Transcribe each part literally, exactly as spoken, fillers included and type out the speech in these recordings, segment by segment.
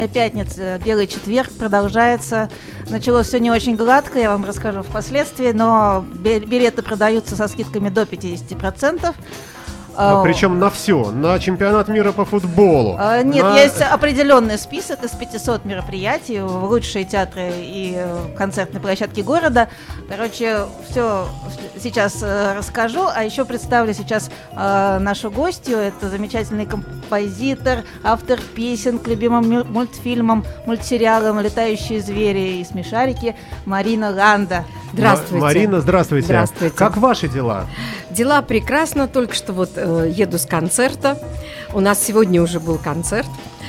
пятница, белый четверг продолжается. Началось все не очень гладко, я вам расскажу впоследствии, но билеты продаются со скидками до пятьдесят процентов. А, причем на все, на чемпионат мира по футболу. А, нет, на... есть определенный список из пятисот мероприятий в лучшие театры и концертные площадки города. Короче, все сейчас расскажу, а еще представлю сейчас э, нашу гостью. Это замечательный композитор, автор песен к любимым мультфильмам, мультсериалам «Летающие звери» и «Смешарики» Марина Ланда. Здравствуйте. Марина, здравствуйте. Здравствуйте. Как ваши дела? Дела прекрасно, только что вот э, еду с концерта. У нас сегодня уже был концерт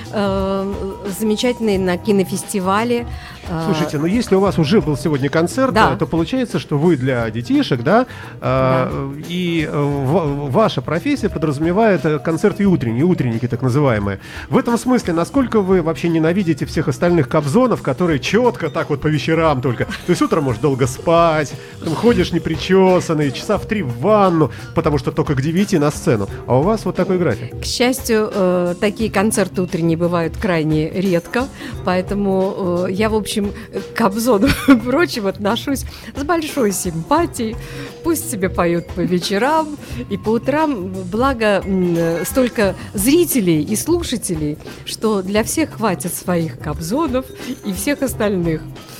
э, замечательный на кинофестивале. Слушайте, ну если у вас уже был сегодня концерт, да. то получается, что вы для детишек, да, да. э, и в, ваша профессия подразумевает концерты и утренние, утренники так называемые. В этом смысле, насколько вы вообще ненавидите всех остальных кобзонов, которые четко так вот по вечерам только, то есть утром можешь долго спать, там ходишь непричесанный, часа в три в ванну, потому что только к девяти на сцену, а у вас вот такой график. К счастью, э, такие концерты утренние бывают крайне редко, поэтому э, я, в общем, к Кобзону и прочим отношусь с большой симпатией. Пусть себе поют по вечерам и по утрам. Благо, столько зрителей и слушателей, что для всех хватит своих Кобзонов и всех остальных.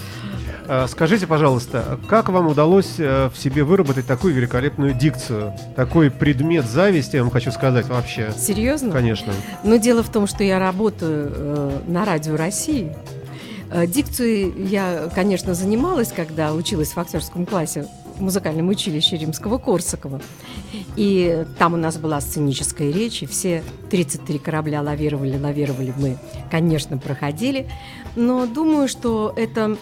Скажите, пожалуйста, как вам удалось в себе выработать такую великолепную дикцию? Такой предмет зависти, я вам хочу сказать, вообще. Серьезно? Конечно. Но дело в том, что я работаю э, на Радио России. Дикцией я, конечно, занималась, когда училась в актерском классе в музыкальном училище Римского-Корсакова. И там у нас была сценическая речь, и все тридцать три корабля лавировали, лавировали мы, конечно, проходили. Но думаю, что это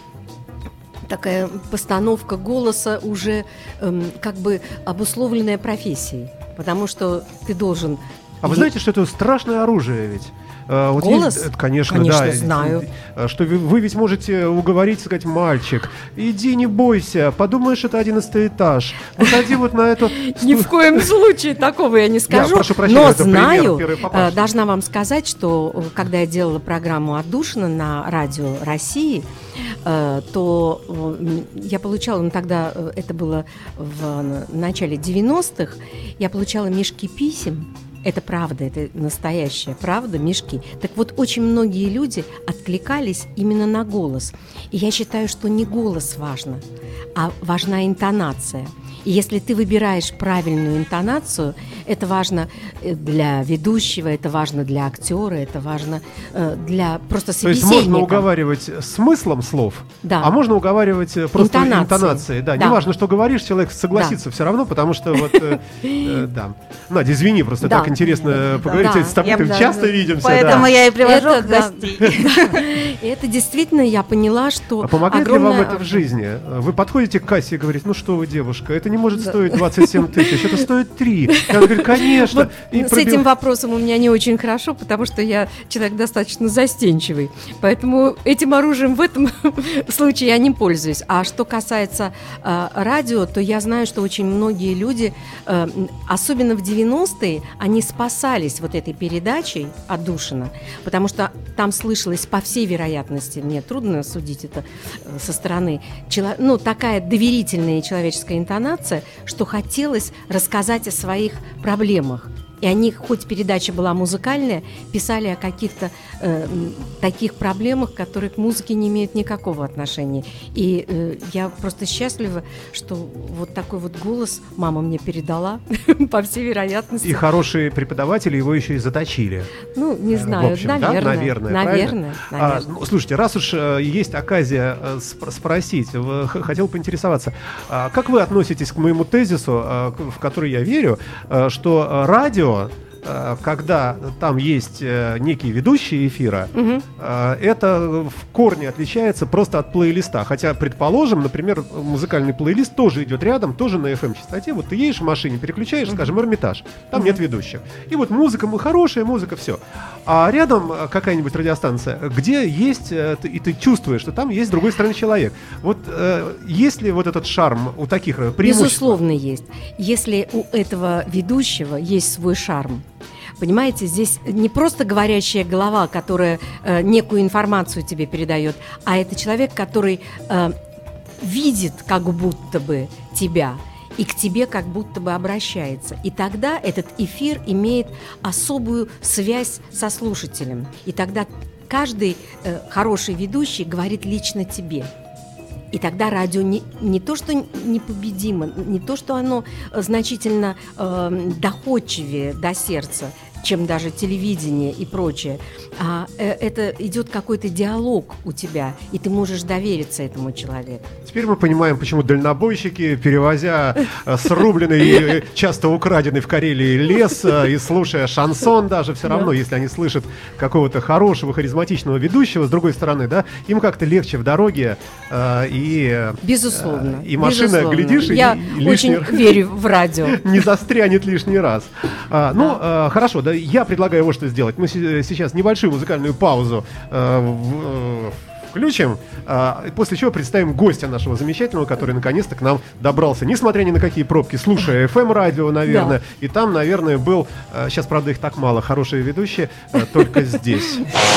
такая постановка голоса уже эм, как бы обусловленная профессией, потому что ты должен... А вы знаете, что это страшное оружие ведь? Вот голос? Есть, конечно, конечно, да, знаю. Что вы, вы ведь можете уговорить, сказать, мальчик, иди, не бойся, подумаешь, это одиннадцатый этаж. Выходи вот на эту... Ни в коем случае такого я не скажу. Я прошу прощения, но это знаю, пример, первый должна вам сказать, что когда я делала программу «Отдушина» на Радио России, то я получала, ну тогда это было в начале девяностых, я получала мешки писем. Это правда, это настоящая правда, мешки. Так вот, очень многие люди откликались именно на голос. И я считаю, что не голос важно, а важна интонация. И если ты выбираешь правильную интонацию, это важно для ведущего, это важно для актера, это важно для просто собеседника. То есть можно уговаривать смыслом слов, да. а можно уговаривать просто интонацией. интонацией. Да. Да. Не важно, что говоришь, человек согласится да. все равно, потому что вот, э, э, да. Надя, извини, просто да. так интересно поговорить, да. с тобой я часто да. видимся. Поэтому да. я и привожу это, гостей. Да. И это действительно, я поняла, что а помогает огромное... ли вам это в жизни? Вы подходите к кассе и говорите, ну что вы, девушка, это не может стоить двадцать семь тысяч, это стоит три. Я говорю, конечно. Вот и с пробил... этим вопросом у меня не очень хорошо, потому что я человек достаточно застенчивый. Поэтому этим оружием в этом случае я не пользуюсь. А что касается э, радио, то я знаю, что очень многие люди, э, особенно в девяностые, они спасались вот этой передачей «Отдушина», потому что там слышалось, по всей вероятности, мне трудно судить это э, со стороны, чело... ну, такая доверительная человеческая интонация, что хотелось рассказать о своих проблемах. И они, хоть передача была музыкальная, писали о каких-то э, таких проблемах, которые к музыке не имеют никакого отношения. И э, я просто счастлива, что вот такой вот голос мама мне передала, по всей вероятности. И хорошие преподаватели его еще и заточили. Ну, не знаю, в общем, наверное. Да? Наверное, наверное, а, наверное. ну, слушайте, раз уж э, есть оказия э, сп- спросить, в, х- хотел поинтересоваться, а как вы относитесь к моему тезису, э, в который я верю, э, что радио, когда там есть некие ведущие эфира, угу. это в корне отличается просто от плейлиста. Хотя, предположим, например, музыкальный плейлист тоже идет рядом, тоже на эф эм-частоте. Вот ты едешь в машине, переключаешь, угу. скажем, Эрмитаж, там угу. нет ведущих. И вот музыка, хорошая музыка, все. А рядом какая-нибудь радиостанция, где есть, и ты чувствуешь, что там есть с другой стороны человек. Вот есть ли вот этот шарм у таких преимуществ? Безусловно, есть. Если у этого ведущего есть свой шарм, Понимаете, здесь не просто говорящая голова, которая э, некую информацию тебе передает, а это человек, который э, видит как будто бы тебя и к тебе как будто бы обращается. И тогда этот эфир имеет особую связь со слушателем. И тогда каждый э, хороший ведущий говорит лично тебе. И тогда радио не, не то, что непобедимо, не то, что оно значительно э, доходчивее до сердца, чем даже телевидение и прочее, а это идет какой-то диалог у тебя, и ты можешь довериться этому человеку. Теперь мы понимаем, почему дальнобойщики, перевозя срубленный и часто украденный в Карелии лес и слушая шансон даже, все равно, если они слышат какого-то хорошего, харизматичного ведущего, с другой стороны, да, им как-то легче в дороге, и... Безусловно. И машина, безусловно. глядишь, Я и очень лишний... верю в радио. Не застрянет лишний раз. А, ну, да. а, хорошо, да, я предлагаю вот что сделать. Мы с- сейчас небольшую музыкальную паузу а, в, включим, а, после чего представим гостя нашего замечательного, который наконец-то к нам добрался, несмотря ни на какие пробки, слушая эф эм-радио, наверное, да. И там, наверное, был, а, сейчас, правда, их так мало, хорошие ведущие, а, только здесь.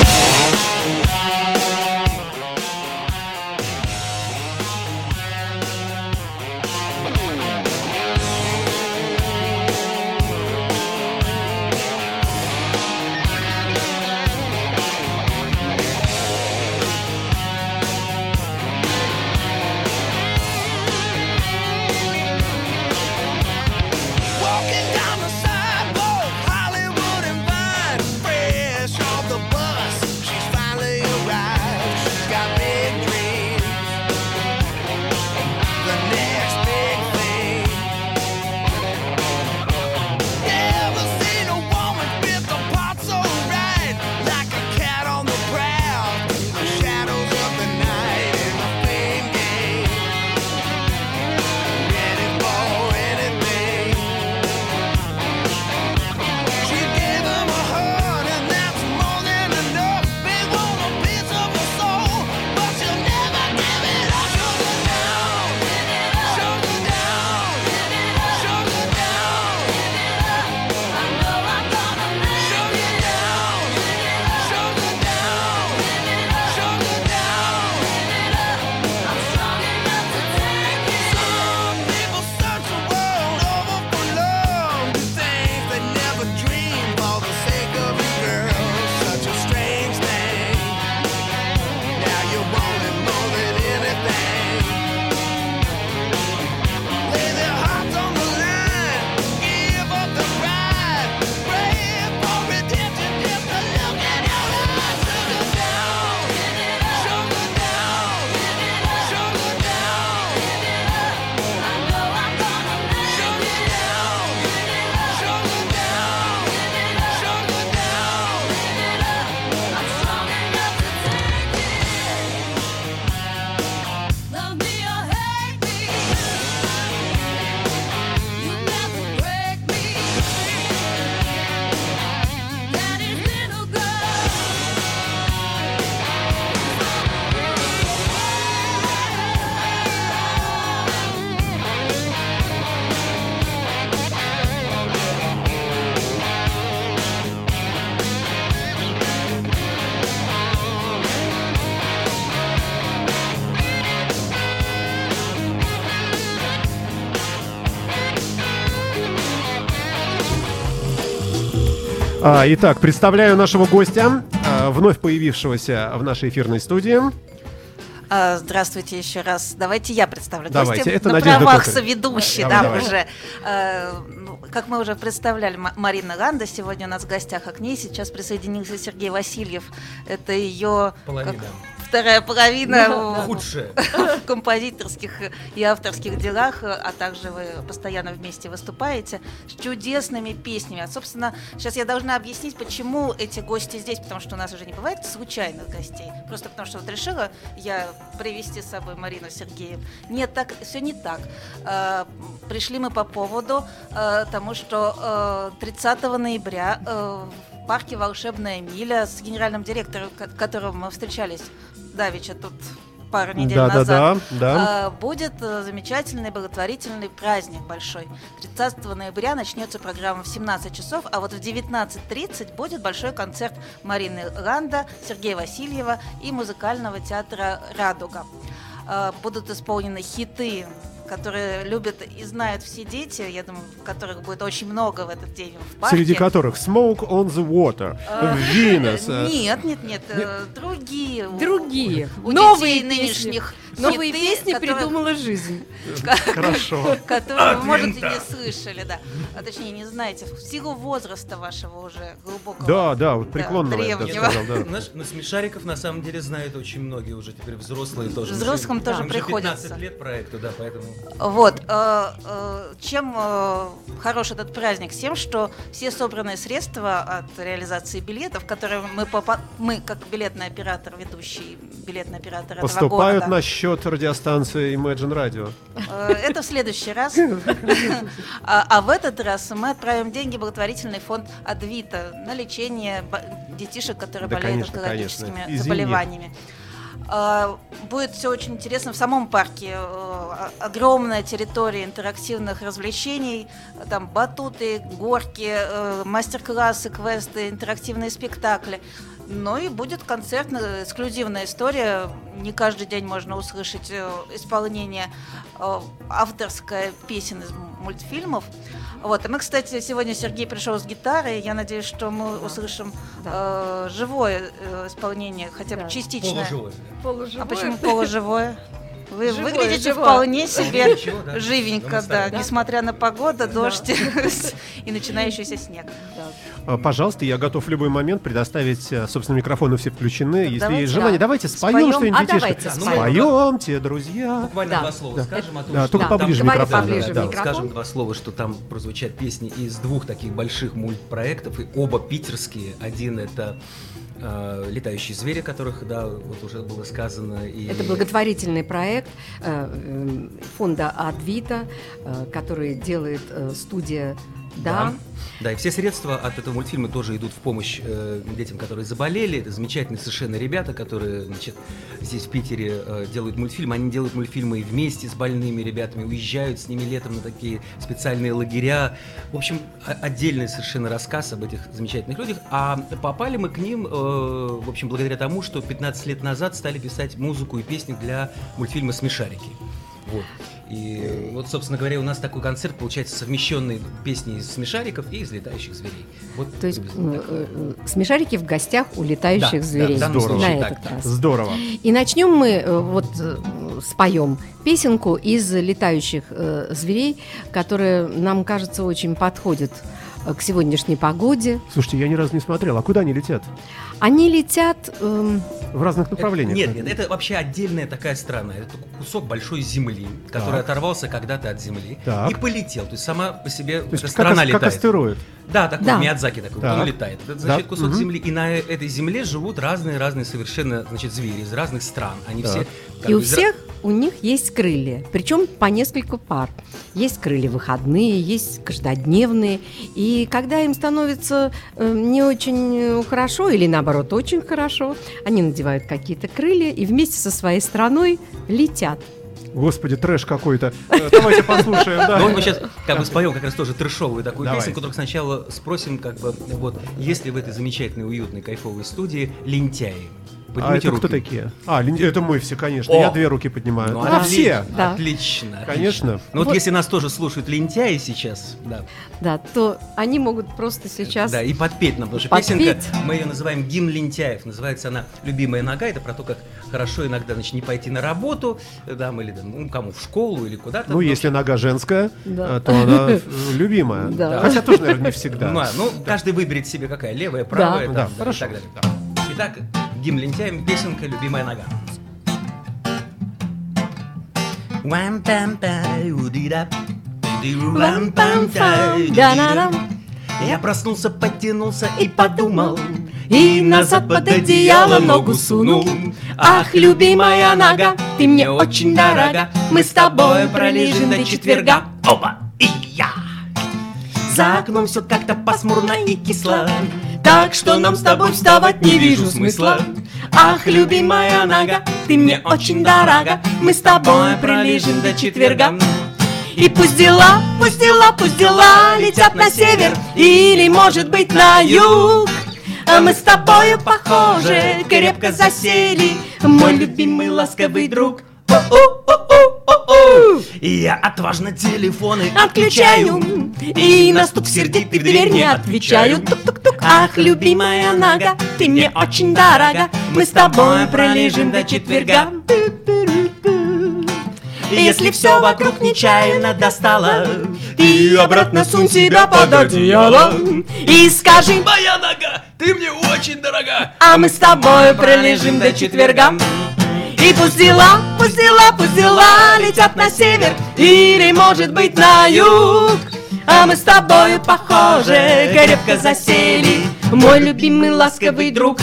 А, итак, представляю нашего гостя, а, вновь появившегося в нашей эфирной студии. А, здравствуйте еще раз. Давайте я представлю Давайте. гостя. Это на Надежда правах Кокарь. соведущей, Давай, да, давай. уже. А, ну, как мы уже представляли, М- Марина Ланда сегодня у нас в гостях, а к ней сейчас присоединился Сергей Васильев. Это ее... Половина. Как, вторая половина в- Худшая. в композиторских и авторских делах, а также вы постоянно вместе выступаете с чудесными песнями. А, собственно, сейчас я должна объяснить, почему эти гости здесь, потому что у нас уже не бывает случайных гостей. Просто потому что вот решила я привести с собой Марину Сергееву. Нет, так все не так. Э, пришли мы по поводу э, тому, что э, тридцатого ноября э, в парке «Волшебная миля» с генеральным директором, ко- которым мы встречались давеча тут пару недель да, назад, да, да, да. будет замечательный благотворительный праздник большой. тридцатого ноября начнется программа в семнадцать часов, а вот в девятнадцать тридцать будет большой концерт Марины Ланда, Сергея Васильева и музыкального театра «Радуга». Будут исполнены хиты, которые любят и знают все дети, я думаю, которых будет очень много в этот день в парке. Среди которых Smoke on the Water, Venus. Нет, нет, нет, другие. Другие. У Новые детей нынешних Новые хиты, песни которые- придумала жизнь. Хорошо. которые вы, может, и не слышали, да. А точнее, не знаете, в силу возраста вашего уже глубокого. Да, да, вот преклонного, я бы древнего. сказал, да. Знаешь, ну, смешариков на самом деле знают очень многие уже теперь взрослые тоже. Взрослым Им тоже же приходится. пятнадцать лет проекту, да, поэтому. Вот. э, э, Чем э, хорош этот праздник? Тем, что все собранные средства от реализации билетов, которые мы, попа- мы как билетный оператор, ведущий билетный оператор этого Поступают города, на счет радиостанции Imagine Radio. э, это в следующий раз. А а в этот раз мы отправим деньги в благотворительный фонд Адвита на лечение бо- детишек, которые Да, болеют конечно, онкологическими конечно. Извини. заболеваниями. А, Будет все очень интересно. В самом парке э, о- огромная территория интерактивных развлечений. Там батуты, горки, э, мастер-классы, квесты, интерактивные спектакли. Ну и будет концертная, эксклюзивная история. Не каждый день можно услышать э, исполнение э, авторское песен из мультфильмов. Вот. И мы, кстати, сегодня Сергей пришел с гитарой. Я надеюсь, что мы услышим э, живое э, исполнение, хотя бы Да. частичное. Полуживой. А почему полуживое? Вы Живое, выглядите живое. вполне себе Ничего, да. живенько, Мы да, стараемся. несмотря на погоду, Да. дождь и начинающийся снег. А, Пожалуйста, я готов в любой момент предоставить, а, собственно, микрофоны все включены. Если давайте, есть желание, да. давайте споем Споем. что-нибудь, А детишки. давайте споем. Споемте, друзья. Буквально Да. два слова Да. скажем о том, Да, что только там- поближе Говори микрофон. поближе да. в микрофон. Скажем два слова, что там прозвучат песни из двух таких больших мультпроектов, и оба питерские. Один это э, «Летающие звери», о которых, да, вот уже было сказано. И... Это благотворительный проект э, э, фонда Адвита, э, который делает э, студия «Да». Да, и все средства от этого мультфильма тоже идут в помощь э, детям, которые заболели. Это замечательные совершенно ребята, которые, значит, здесь в Питере э, делают мультфильмы. Они делают мультфильмы и вместе с больными ребятами, уезжают с ними летом на такие специальные лагеря. В общем, о- отдельный совершенно рассказ об этих замечательных людях. А попали мы к ним, э, в общем, благодаря тому, что пятнадцать лет назад стали писать музыку и песни для мультфильма «Смешарики». Вот. И вот, собственно говоря, у нас такой концерт получается совмещенный песни из «Смешариков» и из «Летающих зверей». Вот То есть приблизительно э, так. э, смешарики в гостях у летающих Да, зверей. да, в данном Здорово. случае На так. этот раз. Здорово. И начнем мы э, вот э, споем песенку из летающих э, зверей, которая нам кажется очень подходит э, к сегодняшней погоде. Слушайте, я ни разу не смотрел. А куда они летят? Они летят. эм, В разных направлениях? Нет, нет, это вообще отдельная такая страна. Это кусок большой земли, который Так. оторвался когда-то от земли Так. и полетел. То есть сама по себе То есть эта как, страна ас- как летает. астероид. Да, такой Да. Миядзаки такой, Так. он летает. Это значит Да, кусок мгм. земли, и на этой земле живут разные-разные совершенно, значит, звери из разных стран. Они Так. все как И у бы из ра- всех у них есть крылья, причем по несколько пар. Есть крылья выходные, есть каждодневные. И когда им становится э, не очень э, хорошо или наоборот очень хорошо, они надевают какие-то крылья и вместе со своей страной летят. Господи, трэш какой-то. Э, Давайте послушаем. да. Ну, вот мы сейчас как бы споем как раз тоже трэшовую такую Давайте. песенку, только сначала спросим, как бы, вот, есть ли в этой замечательной, уютной, кайфовой студии лентяи? А Поднимите это кто руки. такие? А, лин- это мы все, конечно. О! Я две руки поднимаю. Ну, а отли- все. Да. Отлично. Конечно. отлично. Ну вот, Вот. если нас тоже слушают лентяи сейчас, да, Да, то они могут просто сейчас... да, и подпеть нам, потому что Подпеть. песенка, мы ее называем «Гимн лентяев», называется она «Любимая нога», это про то, как хорошо иногда, значит, не пойти на работу, да, или там, ну, кому в школу или куда-то. Ну, если нога женская, Да. э, то она э, любимая. Да. Хотя тоже, наверное, не всегда. Ну, а, ну, каждый выберет себе какая, левая, правая, Да, там, да, хорошо. и так далее. Итак, «Гимн лентяям», песенка «Любимая нога». Я проснулся, подтянулся и подумал, И назад под одеяло ногу сунул. Ах, любимая нога, ты мне очень дорога. Мы с тобой пролежим до четверга. Оба и я. За окном все как-то пасмурно и кисло, Так что нам с тобой вставать не вижу смысла. Ах, любимая нога, ты мне очень дорога. Мы с тобой пролежим до четверга. И пусть дела, пусть дела, пусть дела летят на север или, может быть, на юг. А мы с тобою, похоже, крепко засели, мой любимый ласковый друг. И я отважно телефоны Отключаю, и на стук сердитый в дверь не отвечаю. Тук-тук-тук. Ах, любимая нога, ты мне очень дорога. Мы с тобой пролежим до четверга. Если все вокруг нечаянно достало, ты обратно сунь себя под одеяло и скажи: моя нога, ты мне очень дорога. а мы с тобой пролежим до четверга. И пусть дела, пусть дела, пусть дела летят на север или, может быть, на юг. А мы с тобою, похоже, крепко засели, мой любимый ласковый друг.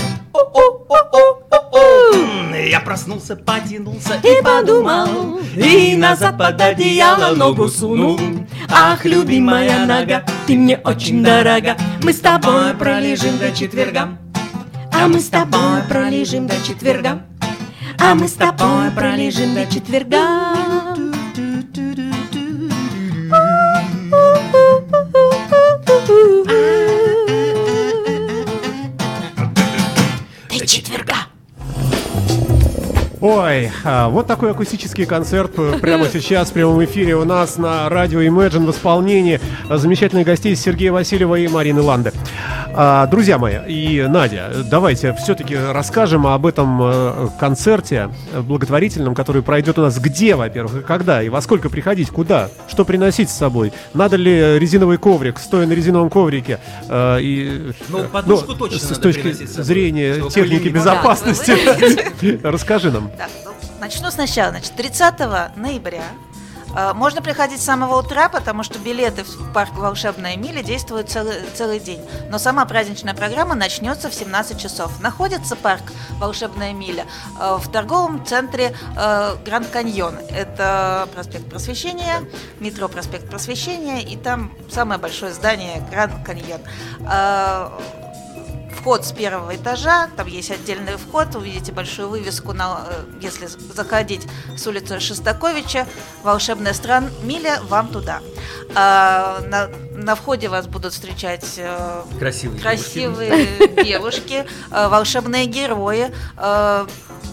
Я проснулся, потянулся И подумал, и назад под одеяло ногу сунул. Ах, любимая нога, ты мне очень дорога. Мы с тобой пролежим до четверга. А мы с тобой пролежим до четверга. А мы с тобой пролежим до четверга. До четверга. Ой, а, вот такой акустический концерт прямо сейчас в прямом эфире у нас на радио Imagine в исполнении замечательных гостей Сергея Васильева и Марины Ланде. А, друзья мои и Надя, давайте все-таки расскажем об этом э, концерте благотворительном, который пройдет у нас где, во-первых, и когда, и во сколько приходить, куда, что приносить с собой, надо ли резиновый коврик, стоя на резиновом коврике, э, и, Ну, подушку ну, точно с, с надо точки приносить с собой, зрения чтобы техники пыли не безопасности. Расскажи нам. Так, ну, начну сначала. Значит, тридцатого ноября э, можно приходить с самого утра, потому что билеты в парк «Волшебная миля» действуют целый, целый день. Но сама праздничная программа начнется в семнадцать часов. Находится парк «Волшебная миля» э, в торговом центре э, Гранд Каньон. Это проспект Просвещения, метро проспект Просвещения, и там самое большое здание Гранд Каньон. Э, Вход с первого этажа, там есть отдельный вход, увидите большую вывеску, на, если заходить с улицы Шостаковича, волшебная страна миля, вам туда. А, на, на входе вас будут встречать э, Красивые, красивые девушки, э, волшебные герои. Э,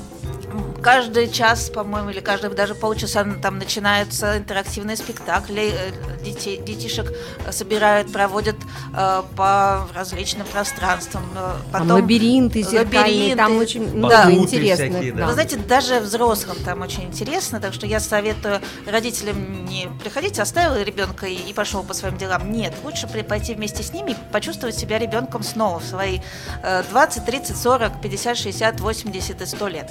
Каждый час, по-моему, или каждые даже полчаса там начинаются интерактивные спектакли. Детей, детишек собирают, проводят э, по различным пространствам. Потом там лабиринты зеркальные, лабиринты. Там очень много да. интересно. Всякие, да. Вы знаете, даже взрослым там очень интересно, так что я советую родителям не приходить, оставил ребенка и, и пошел по своим делам. Нет, лучше пойти вместе с ними и почувствовать себя ребенком снова в свои э, двадцать, тридцать, сорок, пятьдесят, шестьдесят, восемьдесят и сто лет.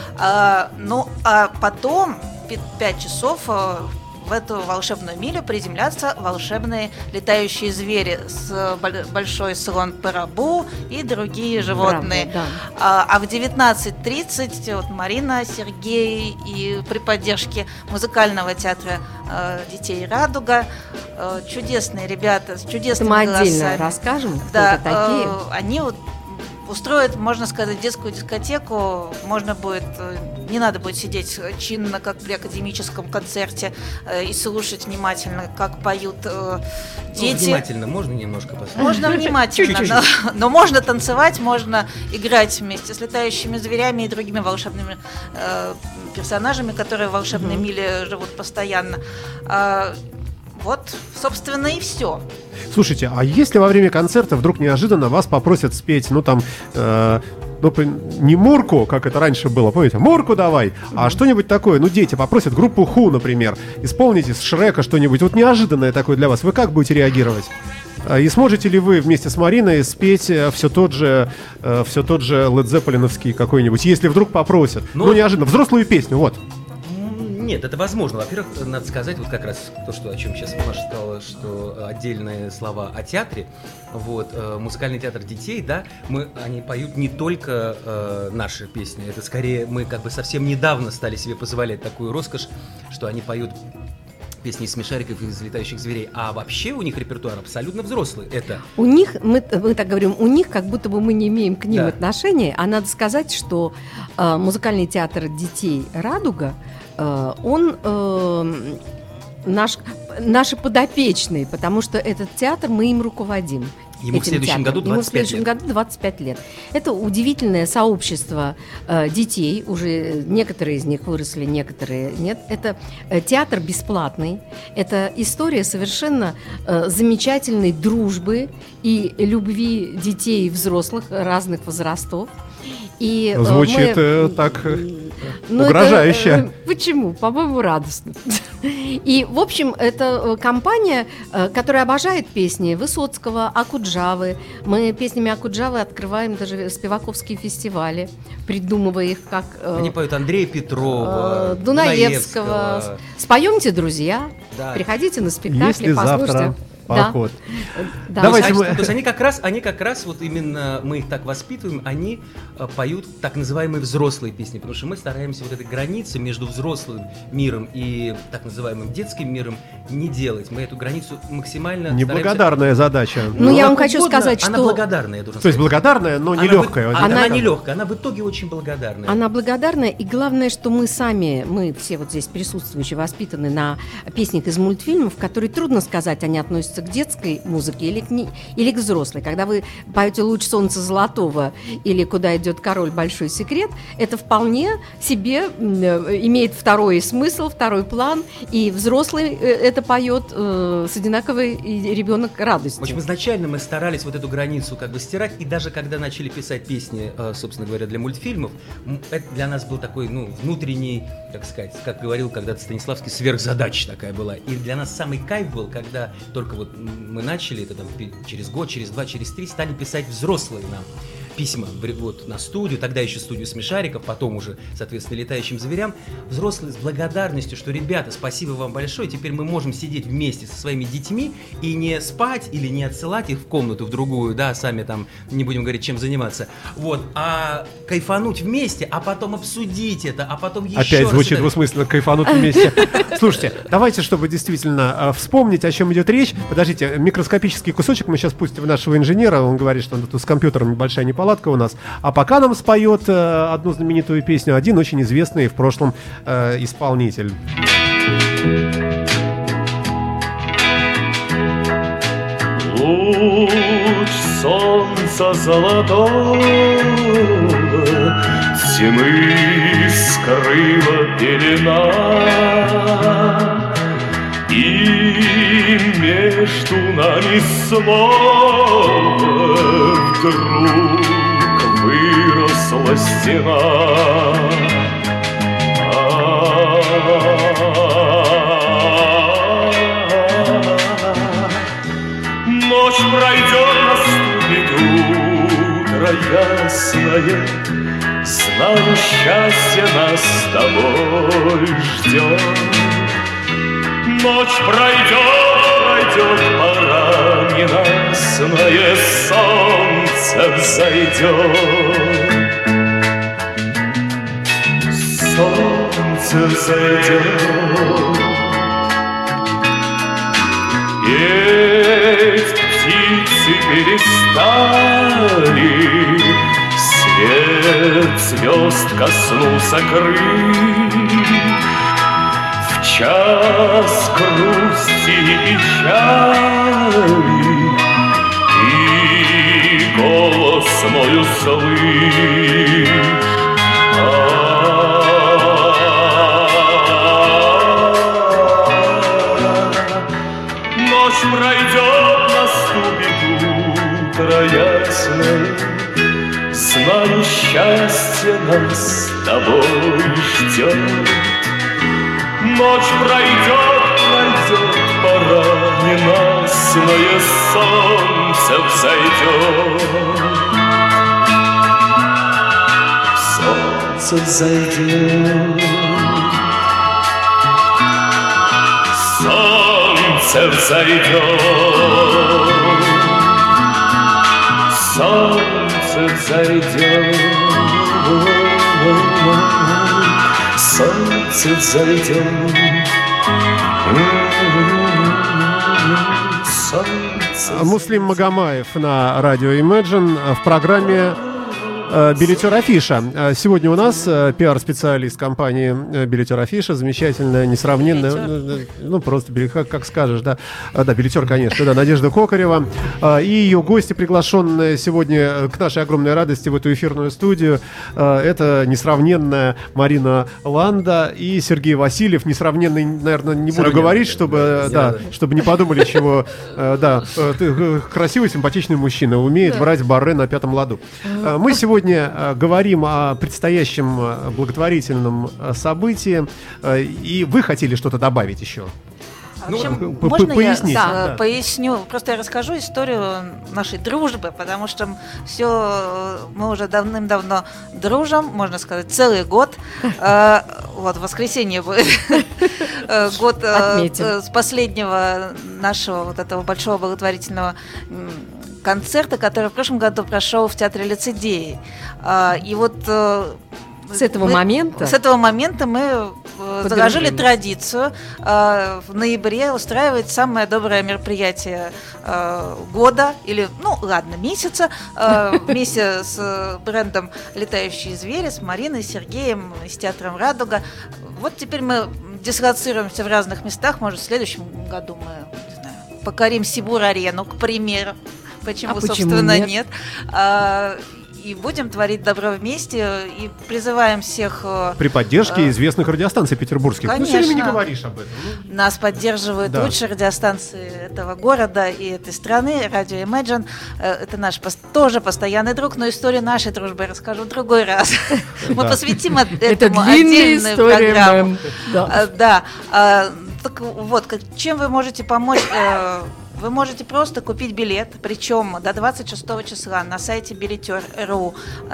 А, ну, а потом пять часов а, в эту волшебную милю приземлятся волшебные летающие звери, с большой слон Парабу и другие животные. Правда, да. а, а в девятнадцать тридцать вот Марина, Сергей и при поддержке музыкального театра а, детей «Радуга», а, чудесные ребята с чудесными мы голосами. отдельно расскажем, кто Да, это такие. а, они вот устроят, можно сказать, детскую дискотеку. Можно будет, не надо будет сидеть чинно, как при академическом концерте, и слушать внимательно, как поют дети. Ну, внимательно можно немножко послушать? Можно внимательно, но, но можно танцевать, можно играть вместе с летающими зверями и другими волшебными э, персонажами, которые в волшебной mm-hmm. миле живут постоянно. А, вот, собственно, и все. Слушайте, а если во время концерта вдруг неожиданно вас попросят спеть, ну там, э, ну не Мурку, как это раньше было, помните, Мурку давай, mm-hmm. а что-нибудь такое, ну дети попросят группу Ху, например, исполните с Шрека что-нибудь, вот неожиданное такое для вас, вы как будете реагировать? И сможете ли вы вместе с Мариной спеть все тот же, все тот же Led Zeppelin-овский какой-нибудь, если вдруг попросят, ну, ну неожиданно, взрослую песню, вот. Нет, это возможно. Во-первых, надо сказать, вот как раз то, что, о чем сейчас Маша сказала, что отдельные слова о театре. Вот, э, музыкальный театр детей, да, мы, они поют не только э, наши песни, это скорее мы как бы совсем недавно стали себе позволять такую роскошь, что они поют песни из «Смешариков» и из «Летающих зверей», а вообще у них репертуар абсолютно взрослый. Это У них, мы, мы так говорим, у них как будто бы мы не имеем к ним Да. отношения, а надо сказать, что э, музыкальный театр детей «Радуга», э, он э, наш, наши подопечные, потому что этот театр, мы им руководим. Ему в этим следующем театром. году Ему в двадцать пять следующем лет. году двадцать пять лет. Это удивительное сообщество э, детей, уже некоторые из них выросли, некоторые нет. Это э, театр бесплатный, это история совершенно э, замечательной дружбы и любви детей и взрослых разных возрастов. И, э, Звучит мы- э, так э, ну, это, угрожающе. э, почему? По-моему, радостно. И, в общем, это э, компания, э, которая обожает песни Высоцкого, Акуджавы. Мы песнями Акуджавы открываем даже спиваковские фестивали, придумывая их как... э, Они поют Андрея Петрова, э, Дунаевского. Споемте, друзья. Да. Приходите на спектакль, Если завтра послушайте. Да. поход. Да. Давайте То мы- есть, то есть они как раз, они как раз вот именно мы их так воспитываем, они э, поют так называемые взрослые песни, потому что мы стараемся вот этой границы между взрослым миром и так называемым детским миром не делать. Мы эту границу максимально стараемся- Неблагодарная задача. Ну, я как вам хочу угодно, сказать, она что- благодарная, я должен То есть сказать. благодарная, но не Она в- легкая. Она, Она- не легкая, она в итоге очень благодарная. Она благодарна, и главное, что мы сами, мы все вот здесь присутствующие, воспитаны на песнях из мультфильмов, которые, трудно сказать, они относятся к детской музыке или к, не- или к взрослой. Когда вы поете «Луч солнца золотого» или «Куда идет король. Большой секрет», это вполне себе м, э, имеет второй смысл, второй план, и взрослый э, это поет э, с одинаковой, и ребенок радостью. В общем, изначально мы старались вот эту границу как бы стирать, и даже когда начали писать песни, э, собственно говоря, для мультфильмов, м, это для нас был такой, ну, внутренний, как сказать, как говорил когда-то Станиславский, сверхзадача такая была. И для нас самый кайф был, когда только вот м, мы начали, это там пи- через год, через два, через три, стали писать взрослые нам письма в- вот, на студию, тогда еще студию «Смешариков», потом уже, соответственно, «Летающим зверям», взрослые с благодарностью, что, ребята, спасибо вам большое, теперь мы можем сидеть вместе со своими детьми и не спать или не отсылать их в комнату в другую, да, сами там не будем говорить, чем заниматься, вот, а кайфануть вместе, а потом обсудить это, а потом еще Опять раз звучит это- двусмысленно, кайфануть вместе. Слушайте, давайте, чтобы действительно э, вспомнить, о чем идет речь. Подождите, микроскопический кусочек мы сейчас пустим нашего инженера. Он говорит, что тут с компьютером небольшая неполадка у нас. А пока нам споет э, одну знаменитую песню один очень известный в прошлом э, исполнитель. Луч солнца золотого тьмы скрыла пелена, и между нами снова вдруг выросла стена. Ночь пройдет, наступит утро ясное, знаю, счастье нас с тобой ждет. Ночь пройдет, пройдет, пора ненастное, солнце взойдет. Солнце взойдет. Петь птицы перестали, свет звезд коснулся крыль. В час грусти и печали и голос мой услышь. Ночь пройдет, наступит утро ясное, знаю, счастье нас с тобой ждет. Ночь пройдет, пройдет, пора ненастное, солнце взойдет. Солнце взойдет. Солнце взойдет, солнце взойдет, солнце взойдет. солнце Муслим Магомаев на радио Imagine в программе э, «Билетер Афиша». Э, Сегодня у нас э, пиар-специалист компании э, «Билетер Афиша», замечательная, несравненная, ну, ну, просто, били- как, как скажешь, да, А, да, «Билетер», конечно, да, Надежда Кокарева, э, и ее гости, приглашенные сегодня к нашей огромной радости в эту эфирную студию, э, это несравненная Марина Ланда и Сергей Васильев, несравненный, наверное, не буду Сравненный, говорить, да, чтобы, да, да, да. чтобы не подумали, чего, э, да, э, ты, э, красивый, симпатичный мужчина, умеет брать барре на пятом ладу. Э, Мы сегодня э, говорим о предстоящем э, благотворительном э, событии, э, и вы хотели что-то добавить еще? В общем, Ну, п- п- можно поясните, я да. э, поясню? Просто я расскажу историю нашей дружбы, потому что все мы уже давным-давно дружим, можно сказать, целый год. Э, Вот, в воскресенье будет э, год э, Отметим. э, с последнего нашего вот этого большого благотворительного м, концерта, который в прошлом году прошел в театре Лицедеи. А, И вот э, С этого мы- момента? С этого момента мы э, заложили Поддерживаем. традицию э, в ноябре устраивать самое доброе мероприятие э, года, или, ну ладно, месяца, э, вместе с э, брендом «Летающие звери», с Мариной, Сергеем, с театром «Радуга». Вот теперь мы дислоцируемся в разных местах, может, в следующем году мы, не знаю, покорим Сибур-арену, к примеру. Почему, А почему собственно, нет? нет? А, и будем творить добро вместе, и призываем всех... э, При поддержке э, известных радиостанций петербургских. Ну, все время не Конечно. говоришь об этом. Ну, Нас поддерживают Да. лучшие радиостанции этого города и этой страны, радио Imagine. Э, Это наш пос- тоже постоянный друг, но историю нашей дружбы я расскажу в другой раз. Мы Да. посвятим от- Это этому длинная отдельную история, программу. мэм. Да. А, Да. А, Так вот, как- чем вы можете помочь? Э, Вы можете просто купить билет, причем до двадцать шестого числа на сайте билетер точка ру,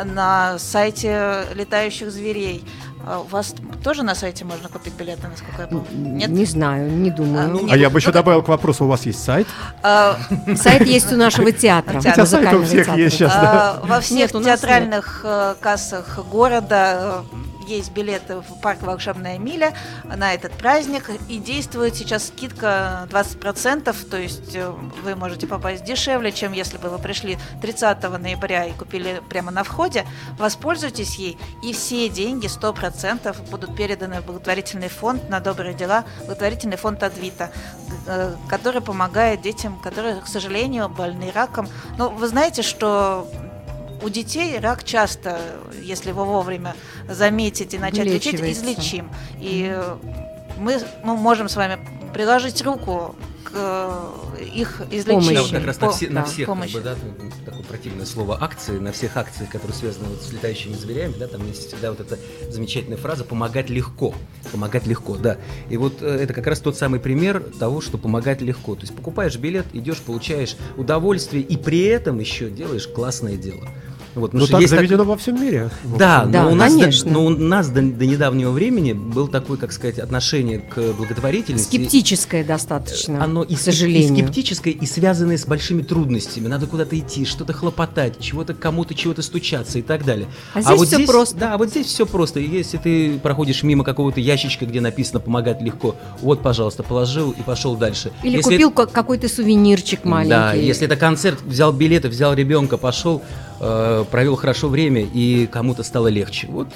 на сайте «Летающих зверей». А У вас тоже на сайте можно купить билеты, насколько я помню? Нет? Не знаю, не А, думаю. ну, А я бы еще Ну, добавил к вопросу, у вас есть сайт? А, Сайт есть у нашего театра. Хотя Хотя сайт у музыкального всех театра. есть сейчас, да. А, Во всех Нет, у нас театральных э, кассах города э, есть билеты в парк «Волшебная миля» на этот праздник. И действует сейчас скидка двадцать процентов, то есть э, вы можете попасть дешевле, чем если бы вы пришли тридцатого ноября и купили прямо на входе. Воспользуйтесь ей, и все деньги, сто процентов, будут переданы в благотворительный фонд на добрые дела, благотворительный фонд «Адвита», э, который помогает детям, которые, к сожалению, больны раком. Но вы знаете, что у детей рак часто, если его вовремя заметить и начать лечить, Вылечивается. излечим. И э, мы, мы можем с вами приложить руку к э, их излечению. Да, вот как раз на, По- все- да, на всех, как помощи. бы, да, такое противное слово акции, на всех акциях, которые связаны вот с летающими зверями, да, там есть всегда вот эта замечательная фраза «помогать легко». Помогать легко, да. И вот э, это как раз тот самый пример того, что помогать легко. То есть покупаешь билет, идешь, получаешь удовольствие и при этом еще делаешь классное дело. Вот, потому Ну что так есть так- заведено во всем мире. в Да, общем. Да, но, у нас, конечно. до, но у нас до, до недавнего времени был такой, как сказать, отношение к благотворительности. Скептическое достаточно, Оно и, к скеп- сожалению. и скептическое, и связанное с большими трудностями. Надо куда-то идти, что-то хлопотать, чего-то кому-то чего-то стучаться и так далее. А здесь всё просто. Да, вот здесь все просто. И если ты проходишь мимо какого-то ящичка, где написано «помогать легко», вот, пожалуйста, положил и пошел дальше. Или Если купил ка- какой-то сувенирчик маленький. Да, если это концерт, взял билеты, взял ребенка, пошел, э, провел хорошо время, и кому-то стало легче. Вот.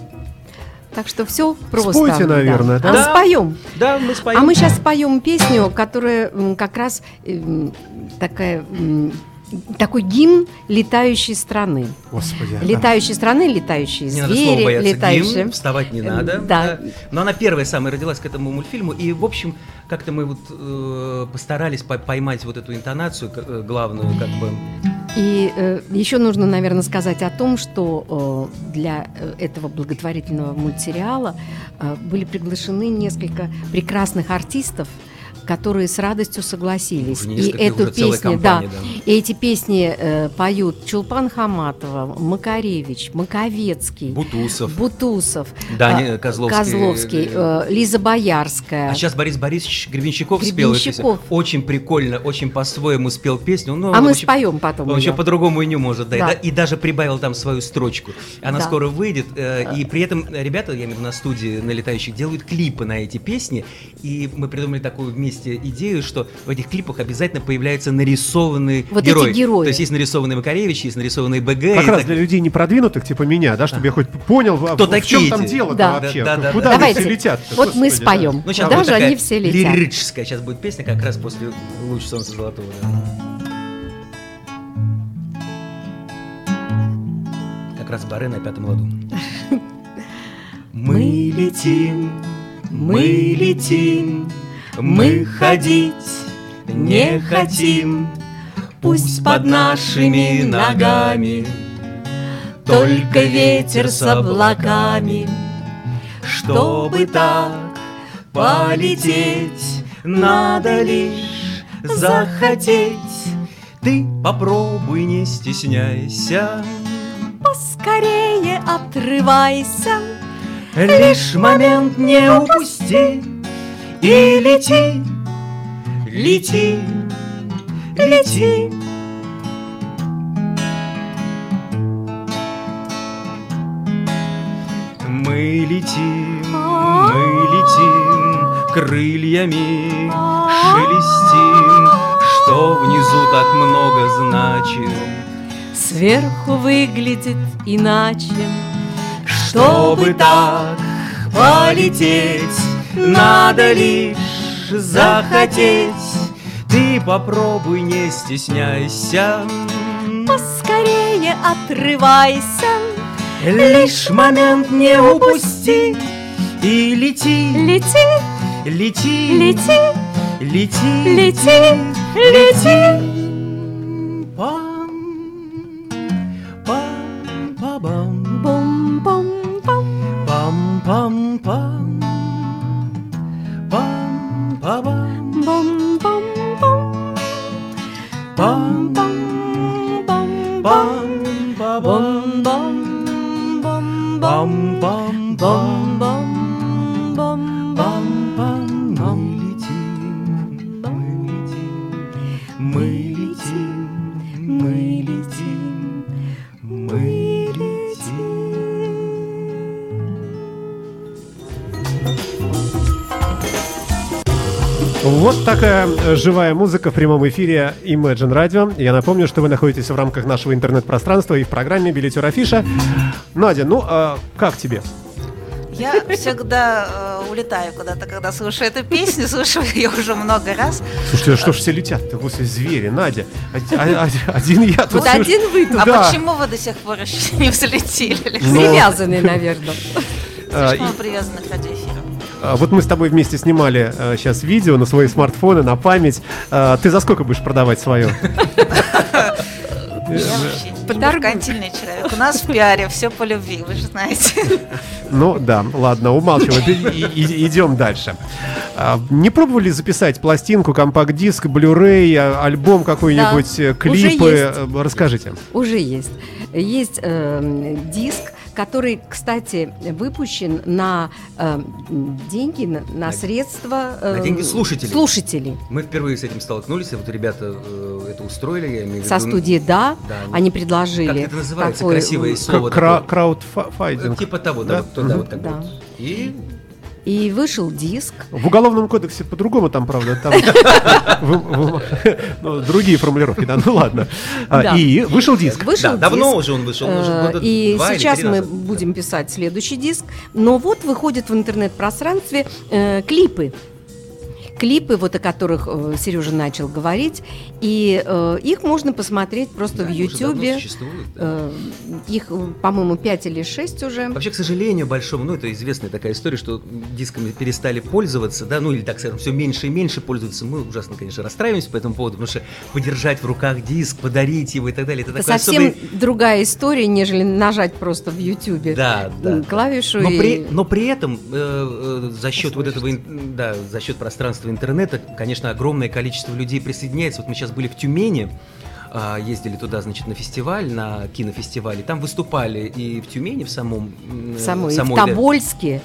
Так что все просто. Спойте, наверное, да? А споем. Да, мы споем. А мы сейчас споем песню, которая м, как раз м, такая, м, такой гимн летающей страны. Господи. Летающей страны, летающие Не надо слова звери, бояться. летающие. Гимн, вставать не Э, надо. да. Но она первая самая родилась к этому мультфильму. И, в общем, как-то мы вот э, постарались по- поймать вот эту интонацию к- э, главную, как бы. И э, еще нужно, наверное, сказать о том, что э, для э, этого благотворительного мультсериала э, были приглашены несколько прекрасных артистов, которые с радостью согласились. Уже И несколько, эту уже целая песню, да, компания, да. и эти песни э, поют Чулпан Хаматова, Макаревич, Маковецкий, Бутусов. Бутусов, Даня э, Козловский. Козловский, э, Лиза Боярская. А сейчас Борис Борисович Гребенщиков спел эту песню. Гребенщиков. Очень прикольно, очень по-своему спел песню. Ну, А он мы вообще- споем потом Он её. еще по-другому и не может, да. Да. И, да- и даже прибавил там свою строчку. Она Да. скоро выйдет. э, и при этом ребята, я имею в виду на студии, на летающих, делают клипы на эти песни. И мы придумали такую вместе вынести идею, что в этих клипах обязательно появляется нарисованный Вот герой. эти герои. То есть есть нарисованный Макаревич, есть нарисованный БГ. Как и раз так- для людей непродвинутых, типа меня, да, чтобы я хоть понял, в, Кто в такие чем там эти? дело Да. вообще, Да, да, да, куда да. они Давайте, все летят. вот мы споем. Ну, сейчас Куда будет же такая они все летят? лирическая сейчас будет песня, как раз после «Луч солнца золотого». да. Как раз Баре на пятом ладу. Мы летим, мы летим, мы ходить не хотим, пусть под нашими ногами только ветер с облаками. Чтобы так полететь, надо лишь захотеть. Ты попробуй, не стесняйся, Поскорее отрывайся. лишь момент не упусти и лети, лети, лети. Мы летим, мы летим, крыльями шелестим, что внизу так много значит. Сверху выглядит иначе. Чтобы так полететь, надо лишь захотеть. Ты попробуй, не стесняйся, Поскорее отрывайся. лишь момент не упусти и лети, Лети, лети, лети, лети, лети, лети. Пам, пам, па-бам, Бом-бом-бом. пам-пам-пам, пам-па-бам, Бом-бом-бом. пам-пам, пам-па-бам, Бом-бом-бом-бом. пам-пам-пам. Бом-бом-бом-бом. Мы летим, мы летим, мы летим, мы летим. Вот такая э, живая музыка в прямом эфире Imagine Radio. Я напомню, что вы находитесь в рамках нашего интернет-пространства и в программе «Билетер Афиша». Надя, ну, а как тебе? Я всегда э, улетаю куда-то, когда слушаю эту песню, слушаю ее уже много раз. Слушайте, а что ж все летят-то, господи, звери, Надя. Од- а- а- Один я тут... Вот всё- один вы тут А Да. почему вы до сих пор еще не взлетели, Алексей? Ну, привязанный, наверное. а, Слишком и- мы привязаны к радиоэфиру. а, Вот мы с тобой вместе снимали а, сейчас видео на свои смартфоны, на память. А, Ты за сколько будешь продавать свое? Я вообще не Поторгуй. меркантильный человек. У нас в пиаре все по любви, вы же знаете. Ну да, ладно, умалчивай. И- и- Идем дальше. А, Не пробовали записать пластинку, компакт-диск, Blu-ray, а, альбом какой-нибудь, Да, э, уже клипы? есть. Э, Расскажите. Уже есть. Есть э, диск, который, кстати, выпущен на э, деньги, на, на На- средства э, на деньги слушателей. слушателей. Мы впервые с этим столкнулись, и вот ребята э, это устроили, я имею в виду. Со студии «Да», Да, они Как предложили это называется? такой, Красивое м, слово. Кра- такое. Краудфайдинг. Типа того, да, Да? вот, то, да, Мгм. вот так Да. вот. И и вышел диск. В Уголовном кодексе по-другому там, правда, там в- в- ну, другие формулировки, да, ну ладно. А, Да. И вышел диск. Вышел да, давно диск. уже он вышел, он уже Э, года И два или сейчас три мы назад. будем писать следующий диск. Но вот выходят в интернет-пространстве э, клипы. Клипы, вот о которых э, Сережа начал говорить. И э, их можно посмотреть просто Да, в уже давно Ютьюбе. существует, да. Э, Их, э, по-моему, пять или шесть уже. Вообще, к сожалению, большому, ну, это известная такая история, что дисками перестали пользоваться, да, ну, или, так скажем, все меньше и меньше пользуются. Мы ужасно, конечно, расстраиваемся по этому поводу, потому что подержать в руках диск, подарить его и так далее, это, Это такой совсем особый... другая история, нежели нажать просто в Ютьюбе Да, да, да. клавишу. Но и- при, но при этом э, э, за счет вот этого, ин- да, за счет пространства интернета, конечно, огромное количество людей присоединяется. Вот мы сейчас были в Тюмени, а, ездили туда, значит, на фестиваль, на кинофестиваль, и там выступали и в Тюмени, в самом... м, в самой, в и в самой, да. Тобольске,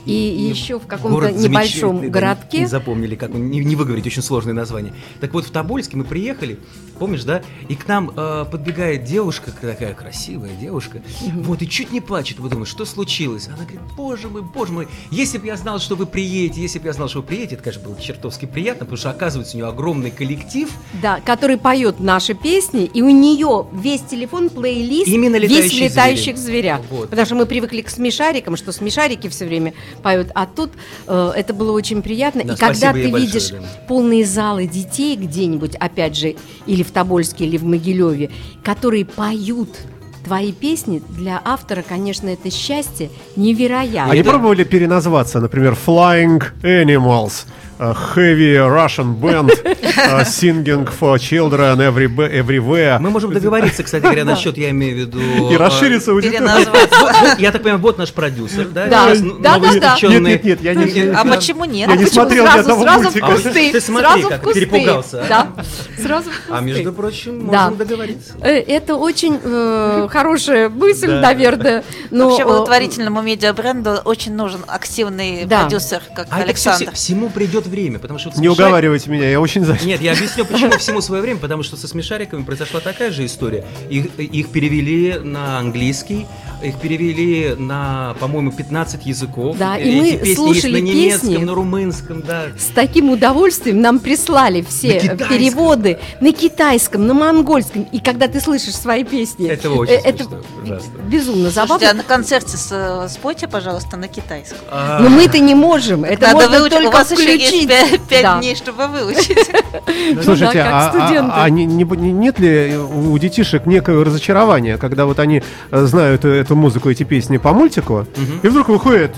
И, и еще в каком-то город небольшом замечательный, городке. Да, не запомнили, как он, не, не выговорить, очень сложное название. Так вот, в Тобольске мы приехали, помнишь, да? И к нам э, подбегает девушка, такая красивая девушка, mm-hmm. вот, и чуть не плачет. Вы думаете, что случилось? Она говорит, боже мой, боже мой, если бы я знал, что вы приедете, если бы я знал, что вы приедете, это, конечно, было чертовски приятно, потому что, оказывается, у нее огромный коллектив. Да, который поет наши песни, и у нее весь телефон, плейлист, именно весь летающие в летающих звери. зверях. Вот. Потому что мы привыкли к смешарикам, что смешарики все время поют, а тут э, это было очень приятно. Да, и когда ты большое, видишь да. полные залы детей где-нибудь, опять же, или в Тобольске, или в Могилеве, которые поют твои песни, для автора, конечно, это счастье невероятно. А не пробовали переназваться, например, Flying Animals, uh, Heavy Russian Band, uh, Singing for Children every- Everywhere? Мы можем договориться, кстати говоря, насчет, я имею в виду... И расшириться аудитория. Переназваться. Я так понимаю, вот наш продюсер, да? Да, Сейчас да, новый да, да. испеченный- Нет, нет, нет, я не... А почему нет? Я не Почему смотрел ни сразу, одного сразу мультика. в кусты, Ты смотри, сразу как в кусты. перепугался, а? Да, сразу в А кусты. между прочим, можем Да. договориться. Э, Это очень э, хорошая мысль, Да. наверное. Но, Вообще э, благотворительному медиабренду очень нужен активный Да. продюсер, как А это всё- Александр. всему придет время, потому что... вот Не смешарик- уговаривайте меня, я очень занят. Нет, я объясню, почему всему свое время, потому что со смешариками произошла такая же история. Их, их перевели на английский, их перевели на, по-моему, пятнадцать языков. Да, Э, и Эти мы песни слушали есть на немецком, песни. на румынском, да. С таким удовольствием нам прислали все На китайском. переводы на китайском, на монгольском. И когда ты слышишь свои песни, Это очень э, это смешно, ужасно. безумно Слушайте, забавно. а на концерте с- э, спойте, пожалуйста, на китайском. А, Но мы-то не можем. Это Надо можно выучить, у только вас еще есть включить. пять, пять Да. дней, чтобы выучить. Слушайте, да, как а, студенты. а- а не- не- не- нет ли у детишек некое разочарование, когда вот они э, знают э, эту музыку, эти песни по мультику, Мгм. и вдруг выходят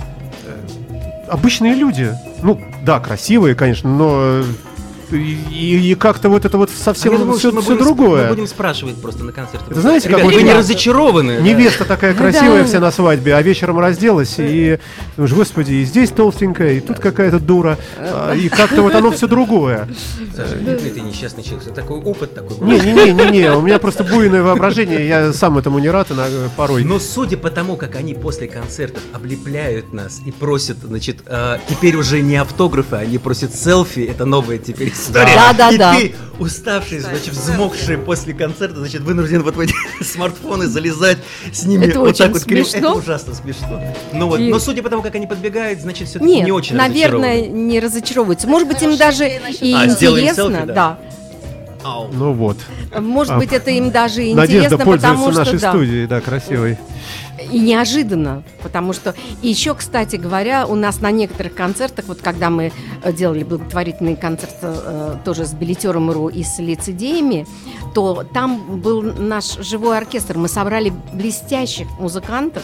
э, обычные люди? Ну, да, красивые, конечно, но э, и, и как-то вот это вот а совсем я думаю, все, что мы все будем, другое. мы будем спрашивать просто на концерте. Это знаете, как Ребята, вот вы не я- разочарованы? да? Невеста такая Ну красивая да. вся на свадьбе, а вечером разделась, и думаешь, господи, и здесь толстенькая, и тут какая-то дура, а, и как-то вот оно все другое. Саша, нет ли ты несчастный человек? Это такой опыт такой был. Не-не-не-не, у меня просто буйное воображение, я сам этому не рад иногда, порой. Но судя по тому, как они после концертов облепляют нас и просят, значит, э, теперь уже не автографы, они просят селфи, это новая теперь история. Да, да, и да. ты, уставший, значит, взмокший после концерта, значит, вынужден вот в эти смартфоны залезать с ними Это вот очень так вот крив- смешно. Это ужасно смешно. Но, вот, И- но судя по тому, как они подбегают, значит, все-таки Нет, не очень наверное, разочарованы. не разочаровываются. Может быть, им даже и А, сделаем интересно, селфи, да? да. Ау. Ну вот. Может А, быть, это им даже и Надежда интересно, пользуется потому нашей что да. студией, да, красивой. И неожиданно, потому что и еще, кстати говоря, у нас на некоторых концертах, вот когда мы э, делали благотворительный концерт э, тоже с билетером РУ и с лицедеями, то там был наш живой оркестр. Мы собрали блестящих музыкантов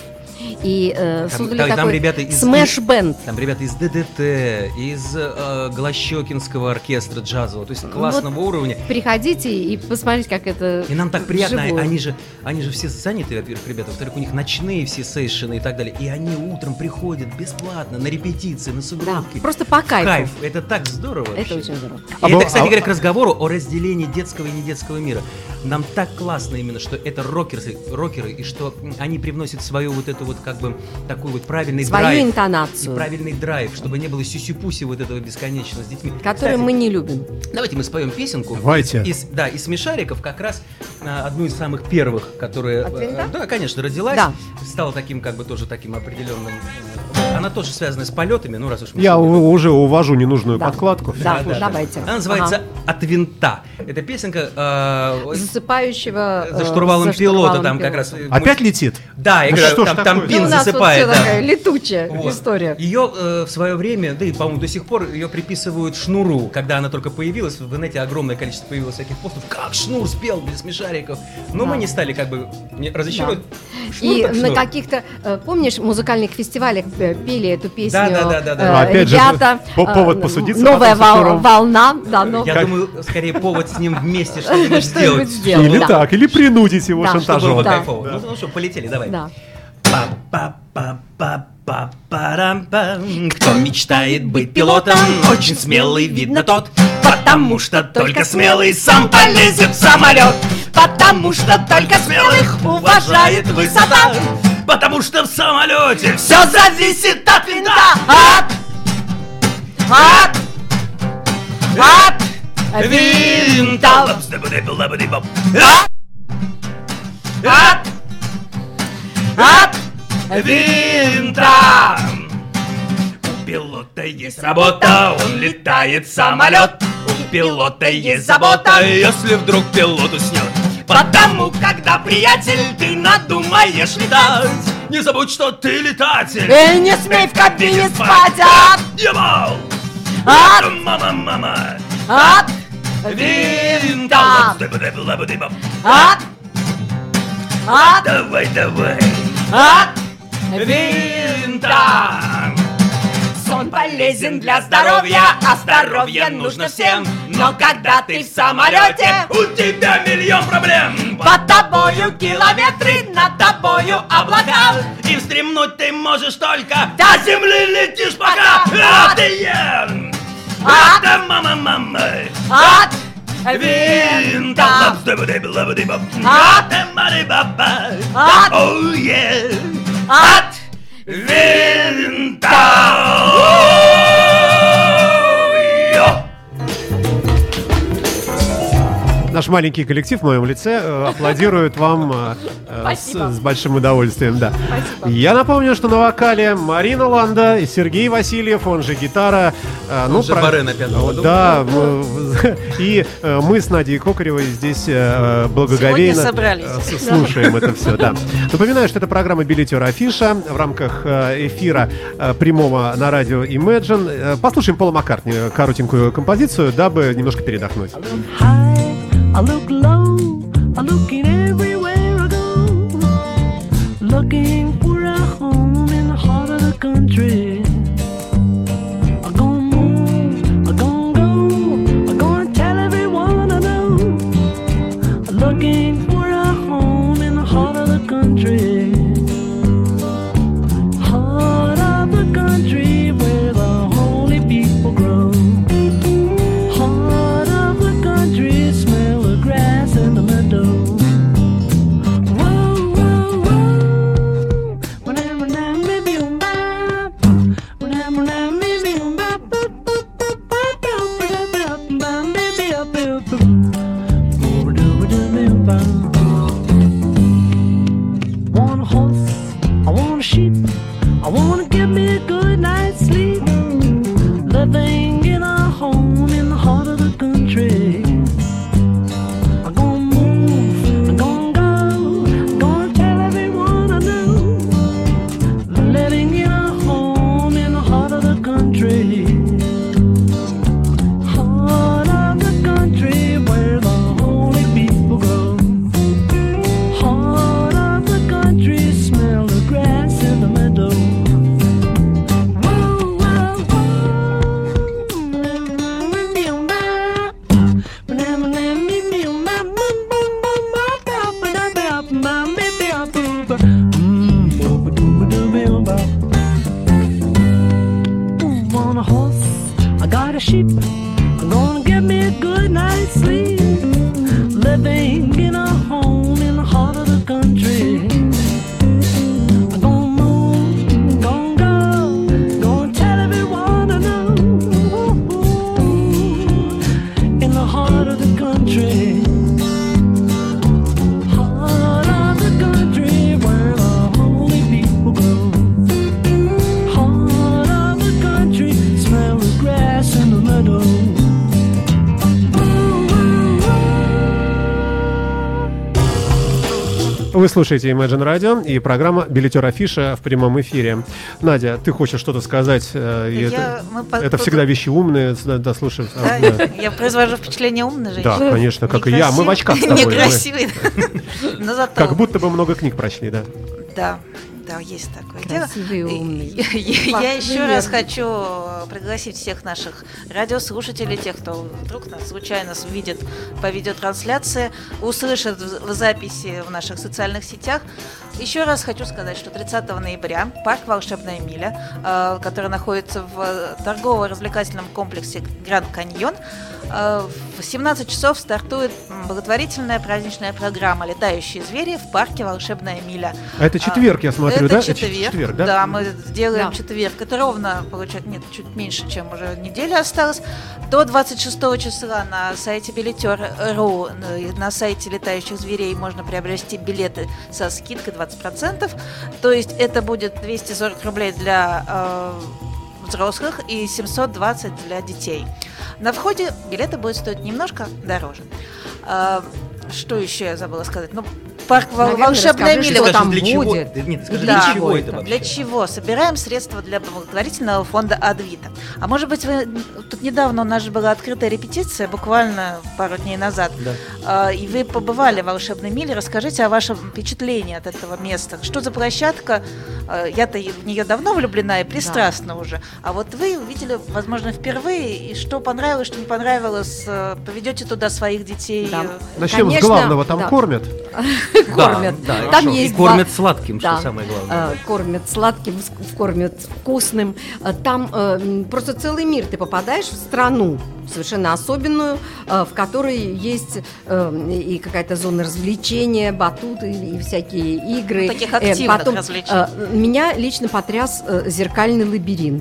и э, Там- создали там- там такой ребята из- смэш-бенд. Там ребята из ДДТ, из э, Голощёкинского оркестра джазового, то есть классного уровня. Приходите и посмотрите, как это И нам так приятно, вживую. они же, они же все заняты, во-первых, ребята, во-вторых, у них ночные все сейшены и так далее, и они утром приходят бесплатно на репетиции, на Да, субботки. просто по кайфу. Кайф, это так здорово Это вообще. очень здорово. И А это, бо- кстати а- говоря, к разговору о разделении детского и недетского мира. Нам так классно именно, что это рокеры, рокеры, и что м, они привносят свою вот эту вот как бы такой вот правильный Свою драйв. интонацию. И правильный драйв, чтобы не было сюси-пуси вот этого бесконечно с детьми. Который Кстати, мы не любим. Давайте мы споем песенку. Давайте. Из, да, из смешариков как раз а, одну из самых первых, которая, От винта? э, да, конечно, родилась, Да. стала таким как бы тоже таким определенным. э, Она тоже связана с полетами, ну раз уж мы Я сегодня- у- уже увожу ненужную Да. подкладку. Да, Да, да, давайте. Она называется Ага. «От винта». Это песенка э, Засыпающего за э, штурвалом за пилота, штурвалом там как пилота. раз. э, Опять мы- летит? Да, я Да говорю, что ж там, там такое? Ну, пин у нас засыпает. тут всё да. такая летучая Вот. история. Ее э, в свое время, да и, по-моему, до сих пор ее приписывают Шнуру. Когда она только появилась, в инете огромное количество появилось всяких постов. Как Шнур спел без смешариков? Но Да. мы не стали как бы не- разочаровать. Шнур И так на Шнур. каких-то, э, помнишь, музыкальных фестивалях э, пели эту песню. Да, да, да, да, да. э, Ну, опять же, ребята, по- повод э, посудиться Новая потом со вол- Шнуром. волна. Да, но- Я Как- думаю, скорее повод с ним вместе что-нибудь Что-нибудь сделать. сделать. Или Да. так, или принудить его Да. Чтобы было шантажом. Да. кайфово. Ну, ну что, полетели, давай. Да. Па-па-па-па-па-парам-пам. Кто мечтает быть пилотом, очень смелый, видно тот, потому что только смелый сам полезет в самолет, потому что только смелых уважает высота, потому что в самолете все зависит от от винта! От! От! От! Винта! От! От! Винта! У пилота есть работа, он летает самолет. У пилота есть забота, если вдруг пилот уснет. Потому, когда, приятель, ты надумаешь летать, не забудь, что ты летатель. Эй, не смей в кабине спать! От! Ебал! От! Мама, мама! От! Винта! От! От! Давай, давай! От! Винта! Сон полезен для здоровья, а здоровье нужно всем. Но когда ты в самолете, у тебя миллион проблем. Под тобою километры, над тобою облака, и встремнуть ты можешь только до земли летишь пока. От! От! Мама, мама! От! Винта! От! От! Oh yeah! От! Винта! Наш маленький коллектив в моем лице э, аплодирует вам э, э, с, с большим удовольствием. Да. Я напомню, что на вокале Марина Ланда и Сергей Васильев, он же гитара. Э, ну, же про... Барэ на пятом году. Да, мы, и э, мы с Надей Кокаревой здесь э, благоговейно э, слушаем это все. Да. Напоминаю, что это программа «Билетер Афиша» в рамках э, эфира э, прямого на радио Imagine. Э, послушаем Пола Маккартни, коротенькую композицию, дабы немножко передохнуть. I look low, I look in everywhere I go, looking for a home in the heart of the country. I'm gonna move, I'm gonna go, I'm gonna tell everyone I know, looking for a home in the heart of the country. Heart of the country where the holy people grow. Heart of the country, smell the grass in the meadow. Whoa, whoa, whoa. Whenever I'm maybe on my, whenever I'm maybe on my, baby up, want a horse, I want a sheep, I want to give me a good night's sleep, living in a home in the heart of the country. I'm gonna move, I'm gonna go, I'm gonna tell everyone I know, living in a home in the heart of the country. Heart of the country where the holy people go. Heart of the country, smell the grass in the meadow. Whoa, whoa, want a horse, I got a sheep, I'm gonna get me a good night's sleep, living in a home in the heart of the country. I'm gonna move, I'm gonna go, gonna tell everyone I know, in the heart of the country. Heart of the country where the holy people go. Heart of the country, smell the grass in the meadow. Вы слушаете Imagine Radio и программа «Билетер Афиша» в прямом эфире. Надя, ты хочешь что-то сказать? Э, и Я- это мы по- это по- всегда вещи умные, да, да, слушай. Да, а, да. Я произвожу впечатление умной женщины. Да, конечно, как и я. Мы в очках с тобой. мы- Некрасивый. Но зато... Как будто бы много книг прочли, да. Да, да, есть такое Красивый и дело. умный. Я, я Классный еще верно. раз хочу пригласить всех наших радиослушателей, тех, кто вдруг нас случайно видит по видеотрансляции, услышит в в записи в наших социальных сетях. Еще раз хочу сказать, что тридцатого ноября парк «Волшебная миля», э, который находится в торгово-развлекательном комплексе «Гранд Каньон», э, в семнадцать часов стартует благотворительная праздничная программа «Летающие звери» в парке «Волшебная миля». А это четверг, я смотрю, смотрю, это да? четверг. Четверг, да? Да, мы сделаем Да. четверг. Это ровно, получается, нет, чуть меньше, чем уже неделя осталась. До двадцать шестого числа на сайте билетер точка ру, на сайте летающих зверей можно приобрести билеты со скидкой двадцать процентов. То есть это будет двести сорок рублей для э, взрослых и семьсот двадцать для детей. На входе билеты будут стоить немножко дороже. Э, что еще я забыла сказать? Ну, парк Вол- Наверное, волшебная расскажи, миля. что Вот там для чего? будет. Да нет, скажи, Да. для чего это Для вообще? чего? Собираем средства для благотворительного фонда Адвита. А может быть, вы тут недавно у нас же была открытая репетиция, буквально пару дней назад, Да. а, и вы побывали в волшебной миле. Расскажите о вашем впечатлении от этого места. Что за площадка? А, Я-то в нее давно влюблена и пристрастна уже. А вот вы увидели, возможно, впервые, и что понравилось, что не понравилось. А, Поведете туда своих детей. Да. Начнем Конечно, с главного. Там да. кормят. Кормят. Да, да, Там хорошо. есть И кормят два- сладким, что Да. самое главное. Э, Кормят сладким, вс- кормят вкусным. Э, Там э, м, просто целый мир. Ты попадаешь в страну совершенно особенную, э, в которой есть э, и какая-то зона развлечения, батуты и всякие игры. Таких Э, активных потом, развлечений. э, Меня лично потряс э, зеркальный лабиринт.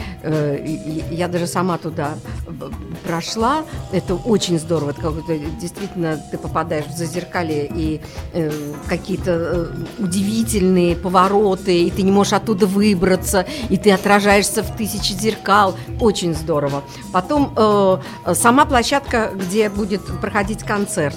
Э, и- и Я даже сама туда б- прошла. Это очень здорово. Это какой-то, действительно, ты попадаешь в зазеркалье и э, какие-то э, удивительные повороты, и ты не можешь оттуда выбраться, и ты отражаешься в тысячи зеркал. Очень здорово. Потом э, сама площадка, где будет проходить концерт.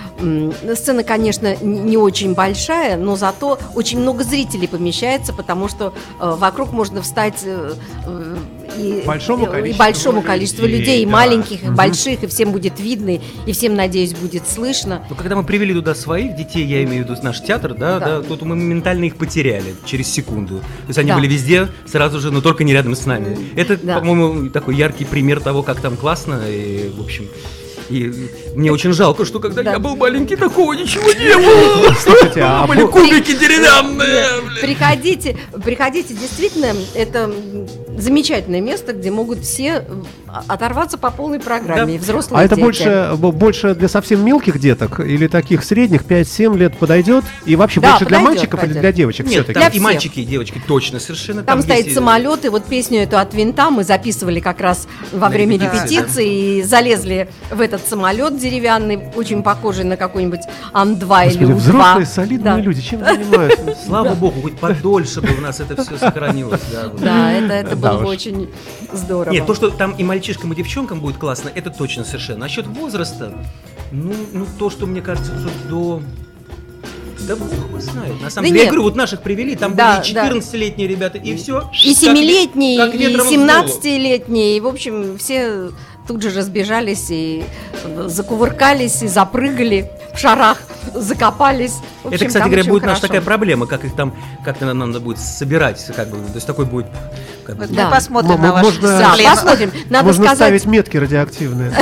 М, Сцена, конечно, н- не очень большая, но зато очень много зрителей помещается, потому что э, вокруг можно встать э, э, и, Большому и- и количеству большому количеству людей, людей, и да. маленьких, и Мгм. больших, и всем будет видно, и всем, надеюсь, будет слышно. Но когда мы привели туда своих детей, я имею в виду наш театр, да, Да. да, тут мы моментально их потеряли через секунду. То есть они Да. были везде сразу же, но только не рядом с нами. Это, Да. по-моему, такой яркий пример того, как там классно. И, в общем, и мне очень жалко, что когда Да. я был маленький, такого ничего не было. Слушайте, а Были бу- кубики деревянные. блин. Приходите, приходите, действительно, это м, замечательное место, где могут все м, оторваться по полной программе, Да. и взрослые А это дети. больше, б- больше для совсем мелких деток или таких средних, пять-семь лет подойдет? И вообще Да, больше для подойдет, мальчиков или подойдет. для девочек Нет, все-таки? там Для и всех. мальчики, и девочки точно совершенно. Там стоит есть и- самолет, и вот песню эту от винта мы записывали как раз во На время репетиции, репетиции, и залезли в этот самолет деревянный, очень похожий на какой-нибудь Ан два или Господи, У два. взрослые солидные Да. люди, чем занимаются? Слава богу, хоть подольше бы у нас это все сохранилось. Да, Да, это, это Да было бы уж. очень здорово. Нет, то, что там и мальчишкам, и девчонкам будет классно, это точно совершенно. Насчет возраста, ну, ну то, что мне кажется, что до... Да бог его знает. На самом Да деле, я нет. говорю, вот наших привели, там Да, были четырнадцатилетние ребята, и все. И семилетние, как и ветром сдуло. семнадцатилетние, и, в общем, все тут же разбежались и закувыркались, и запрыгали в шарах, закопались. В общем, Это, кстати там говоря, очень будет наша хорошо. такая проблема, как их там, как-то нам надо будет собирать, как бы, то есть такой будет... Как бы, Вот Да. мы посмотрим М- на ваши можно- Да, проблемы. посмотрим. Надо Можно сказать, ставить метки радиоактивные.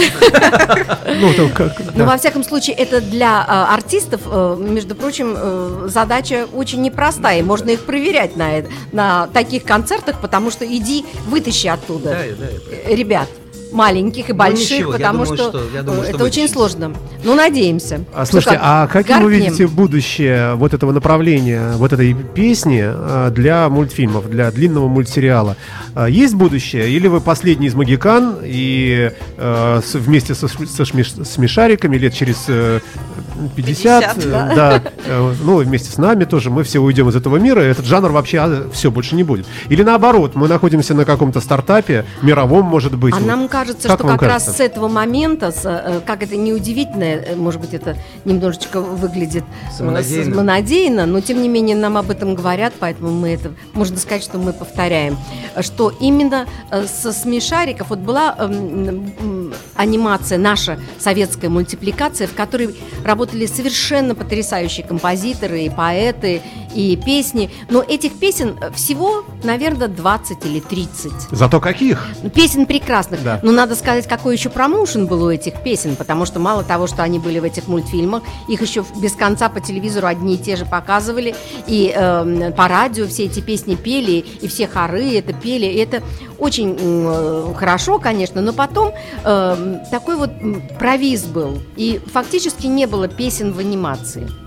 Ну, там как, ну, да. во всяком случае, это для а, артистов, э, между прочим, э, задача очень непростая. И можно их проверять на, это- на таких концертах, потому что иди, вытащи оттуда Да, да, это- э, ребят. Маленьких и больших, ничего, я потому думаю, что, что- я думаю, э, что это очень вытащите. сложно. Ну, надеемся. А что слушайте, как, а каким вы гаркнем. видите будущее вот этого направления, вот этой песни а, для мультфильмов, для длинного мультсериала? А, Есть будущее? Или вы последний из магикан и э, с- вместе со, шм- со шмеш- смешариками лет через э, пятьдесят, пятьдесят, э, да, э, ну и вместе с нами тоже, мы все уйдем из этого мира, и этот жанр вообще все больше не будет? Или наоборот, мы находимся на каком-то стартапе, мировом, может быть? А вот. нам кажется, Как что вам как кажется? раз с этого момента, с, э, как это неудивительно, э, может быть, это немножечко выглядит э, Самонадеянно. самонадеянно, но тем не менее нам об этом говорят, поэтому мы это, можно сказать, что мы повторяем, что именно э, со смешариков, вот была эм, м, анимация, наша советская мультипликация, в которой работали совершенно потрясающие композиторы и поэты, и песни, но этих песен всего, наверное, двадцать или тридцать. Зато каких? Песен прекрасных. Да. Но надо сказать, какой еще промоушен был у этих песен, потому что мало того, что они были в этих мультфильмах, их еще без конца по телевизору одни и те же показывали, и э, по радио все эти песни пели, и все хоры это пели, и это очень э, хорошо, конечно, но потом э, такой вот м, провис был, и фактически не было песен в анимации.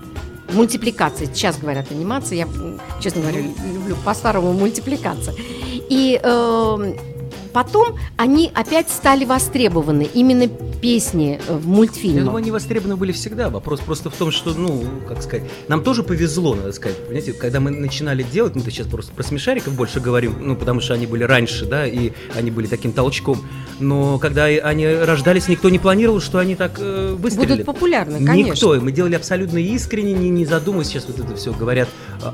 мультипликация. Сейчас говорят анимация, я, честно говоря, люблю по-старому мультипликация. И э, потом они опять стали востребованы, именно песни в мультфильмах. Я думаю, они востребованы были всегда. Вопрос просто в том, что, ну, как сказать, нам тоже повезло, надо сказать. Понимаете, когда мы начинали делать, мы сейчас просто про смешариков больше говорим, ну, потому что они были раньше, да, и они были таким толчком. Но когда они рождались, никто не планировал, что они так э, выстрелят. Будут популярны, конечно. Никто. Мы делали абсолютно искренне, не, не задумываясь. Сейчас вот это все говорят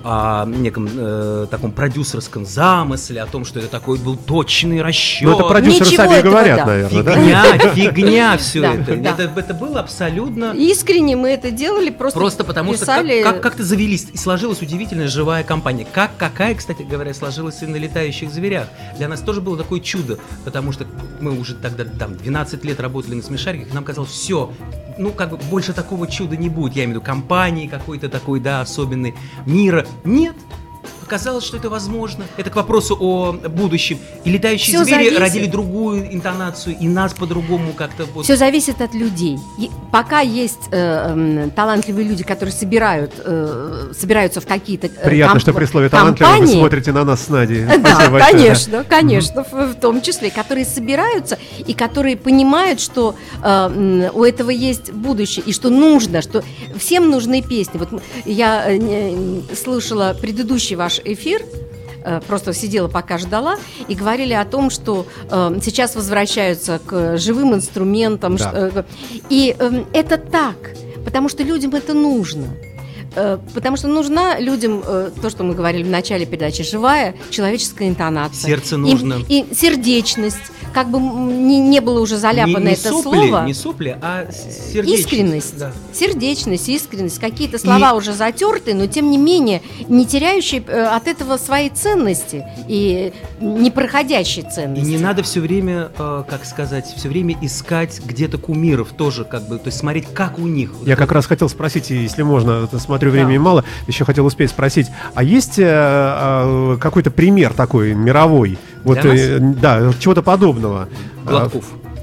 о неком э, таком продюсерском замысле, о том, что это такой был точный расчет. Ну, это продюсеры Ничего сами и этого, говорят, да. наверное, да? Фигня, фигня все Да, это. да. это. Это было абсолютно... Искренне мы это делали, просто, Просто потому писали... что как, как, как-то завелись, и сложилась удивительная живая компания. Как, какая, кстати говоря, сложилась и на «Летающих зверях». Для нас тоже было такое чудо, потому что мы уже тогда там двенадцать лет работали на смешариках, и нам казалось, все, ну как бы больше такого чуда не будет. Я имею в виду компании какой-то такой, да, особенной, мира. Нет. Оказалось, что это возможно. Это к вопросу о будущем. И «Летающие Всё звери» зависит. родили другую интонацию, и нас по-другому как-то... Вот... Все зависит от людей. И пока есть э, э, талантливые люди, которые собирают, э, собираются в какие-то э, Приятно, комп- что при слове «талантливый» вы компании. смотрите на нас с Надей. Да, Спасибо большое. конечно, конечно, в, в том числе, которые собираются и которые понимают, что э, м, у этого есть будущее и что нужно, что всем нужны песни. Вот м- я э, не- слушала предыдущий ваш эфир, э, просто сидела пока ждала, и говорили о том, что э, сейчас возвращаются к живым инструментам. Да. Ш- э, и э, это так, потому что людям это нужно. Э, Потому что нужна людям э, то, что мы говорили в начале передачи, живая человеческая интонация. Сердце И- нужно. И, сердечность. Как бы м, не, не было уже заляпано не, не это сопли, слово. не сопли, а с- сердечность. Искренность, Да. сердечность, искренность. Какие-то слова уже затертые, но тем не менее не теряющие э, от этого своей ценности и не проходящей И ценности. не надо все время, э, как сказать, все время искать где-то кумиров тоже, как бы, то есть смотреть, как у них. Я как раз хотел спросить, если можно, это смотрю, времени Да. мало, еще хотел успеть спросить, а есть э, э, какой-то пример такой мировой, вот, Для нас? э, да, чего-то подобного? Гладков.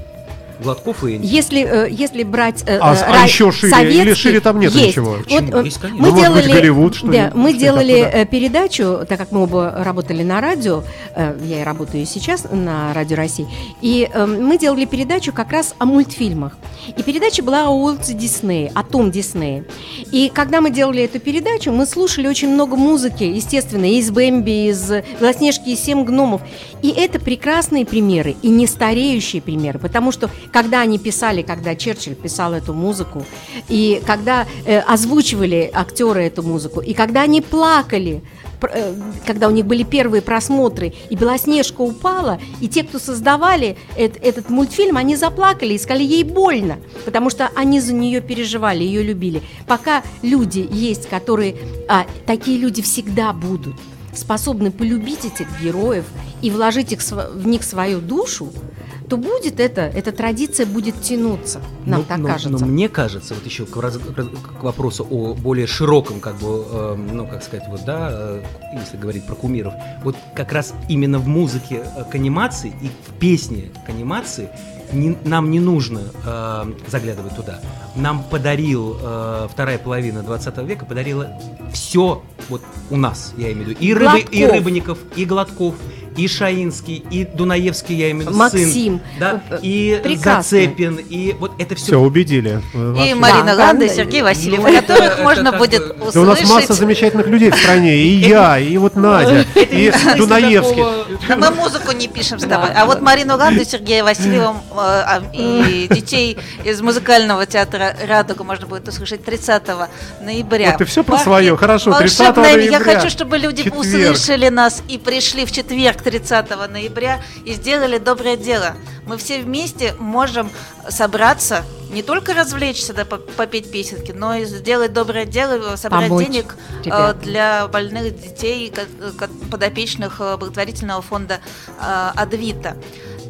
Гладков и Энди. Если, э, если брать э, А, э, а ра- еще шире? советский, Или шире там нет есть. ничего? Вот, Почему? э, Есть, конечно. мы Ну, может быть, делали, Голливуд, что-нибудь, да, мы что-то делали оттуда. э, передачу, так как мы оба работали на радио, э, я и работаю и сейчас на Радио России, и э, мы делали передачу как раз о мультфильмах. И передача была о Уолте Диснее, о Том Диснее. И когда мы делали эту передачу, мы слушали очень много музыки, естественно, из Бэмби, из Белоснежки и Семь гномов. И это прекрасные примеры и не стареющие примеры, потому что когда они писали, когда Черчилль писал эту музыку, и когда э, озвучивали актеры эту музыку, и когда они плакали, пр- э, когда у них были первые просмотры, и Белоснежка упала, и те, кто создавали эт- этот мультфильм, они заплакали и сказали, ей больно, потому что они за нее переживали, ее любили. Пока люди есть, которые, а, такие люди всегда будут способны полюбить этих героев и вложить их, св- в них свою душу, то будет это, эта традиция будет тянуться, нам Ну, так но, кажется. но мне кажется, вот еще к, раз- к вопросу о более широком, как бы, э, ну, как сказать, вот, да, э, если говорить про кумиров, вот как раз именно в музыке э, к анимации и в песне к анимации не- нам не нужно э, заглядывать туда. Нам подарил э, вторая половина двадцатого века, подарила все вот у нас, я имею в виду, и, Рыбы, и Гладков. Рыбников, и Гладков, и Шаинский, и Дунаевский, я имею в виду, Максим. сын, да, Э, и прекрасно. Зацепин, и вот это все. Все, убедили. И Вообще. Марина Да, Ланда, и да, Сергей да. Васильев, Ну, которых это- можно это будет как бы- Да у нас масса услышать. замечательных людей в стране, и я, и вот Надя, и Дунаевский. Но мы музыку не пишем с тобой. Да. А вот Марину Ланду, Сергея Васильева э, а, и детей из музыкального театра «Радуга» можно будет услышать тридцатого ноября. Вот ты всё про Парке своё, хорошо, волшебное тридцатого имя. Я ноября. хочу, чтобы люди Четверг. услышали нас и пришли в четверг, тридцатого ноября, и сделали доброе дело. Мы все вместе можем собраться, не только развлечься, да, по- попеть песенки, но и сделать доброе дело, собрать Помочь денег э, ребятам. для больных детей, ко- ко- подопечных э, благотворительного фонда э, Адвита.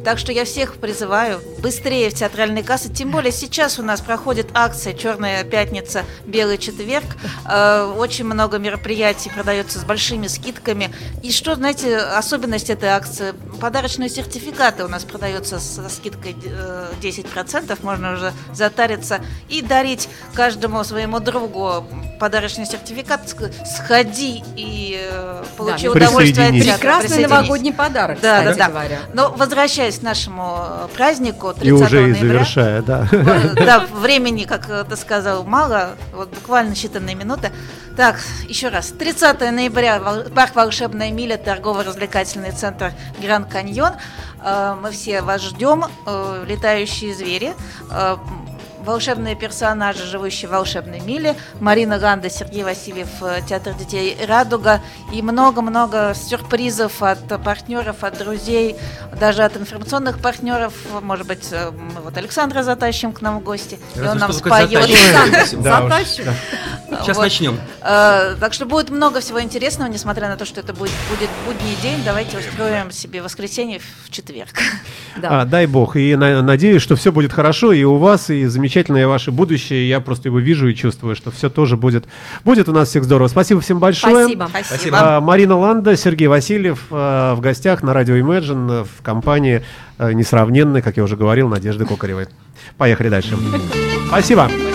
Так что я всех призываю быстрее в театральные кассы. Тем более сейчас у нас проходит акция «Черная пятница, белый четверг». Э, очень много мероприятий продается с большими скидками. И что, знаете, особенность этой акции? Подарочные сертификаты у нас продаются со скидкой э, десять процентов. Можно уже затариться и дарить каждому своему другу подарочный сертификат. Сходи и э, получи Да, удовольствие от театра. Прекрасный Присоединись. новогодний подарок, Да, кстати да, говоря. Но возвращаясь к нашему э, празднику И тридцатого уже и ноября. завершая, да. Э, Да, времени, как э, ты сказал, мало, вот буквально считанные минуты. Так, еще раз. тридцатого ноября, Вол- парк «Волшебная миля», торгово-развлекательный центр «Гранд Каньон». Э, Мы все вас ждем. Э, Летающие звери, э, волшебные персонажи, живущие в волшебной миле, Марина Ганда, Сергей Васильев, э, театр детей «Радуга» и много-много сюрпризов от партнеров, от друзей, даже от информационных партнеров. Может быть, э, мы вот Александра затащим к нам в гости, и Разве он нам что только споет. затащим. Да уж, Затащим. да. Сейчас Вот. начнем. Э, Так что будет много всего интересного, несмотря на то, что это будет, будет будний день. Давайте устроим себе воскресенье в четверг. Да. А, дай бог. И на- надеюсь, что все будет хорошо и у вас, и замечательное ваше будущее. Я просто его вижу и чувствую, что все тоже будет. Будет у нас всех здорово. Спасибо всем большое. Спасибо. Спасибо. А, Марина Ланда, Сергей Васильев а, в гостях на радио Imagine в компании а, несравненной, как я уже говорил, Надежды Кокаревой. Поехали дальше. Спасибо.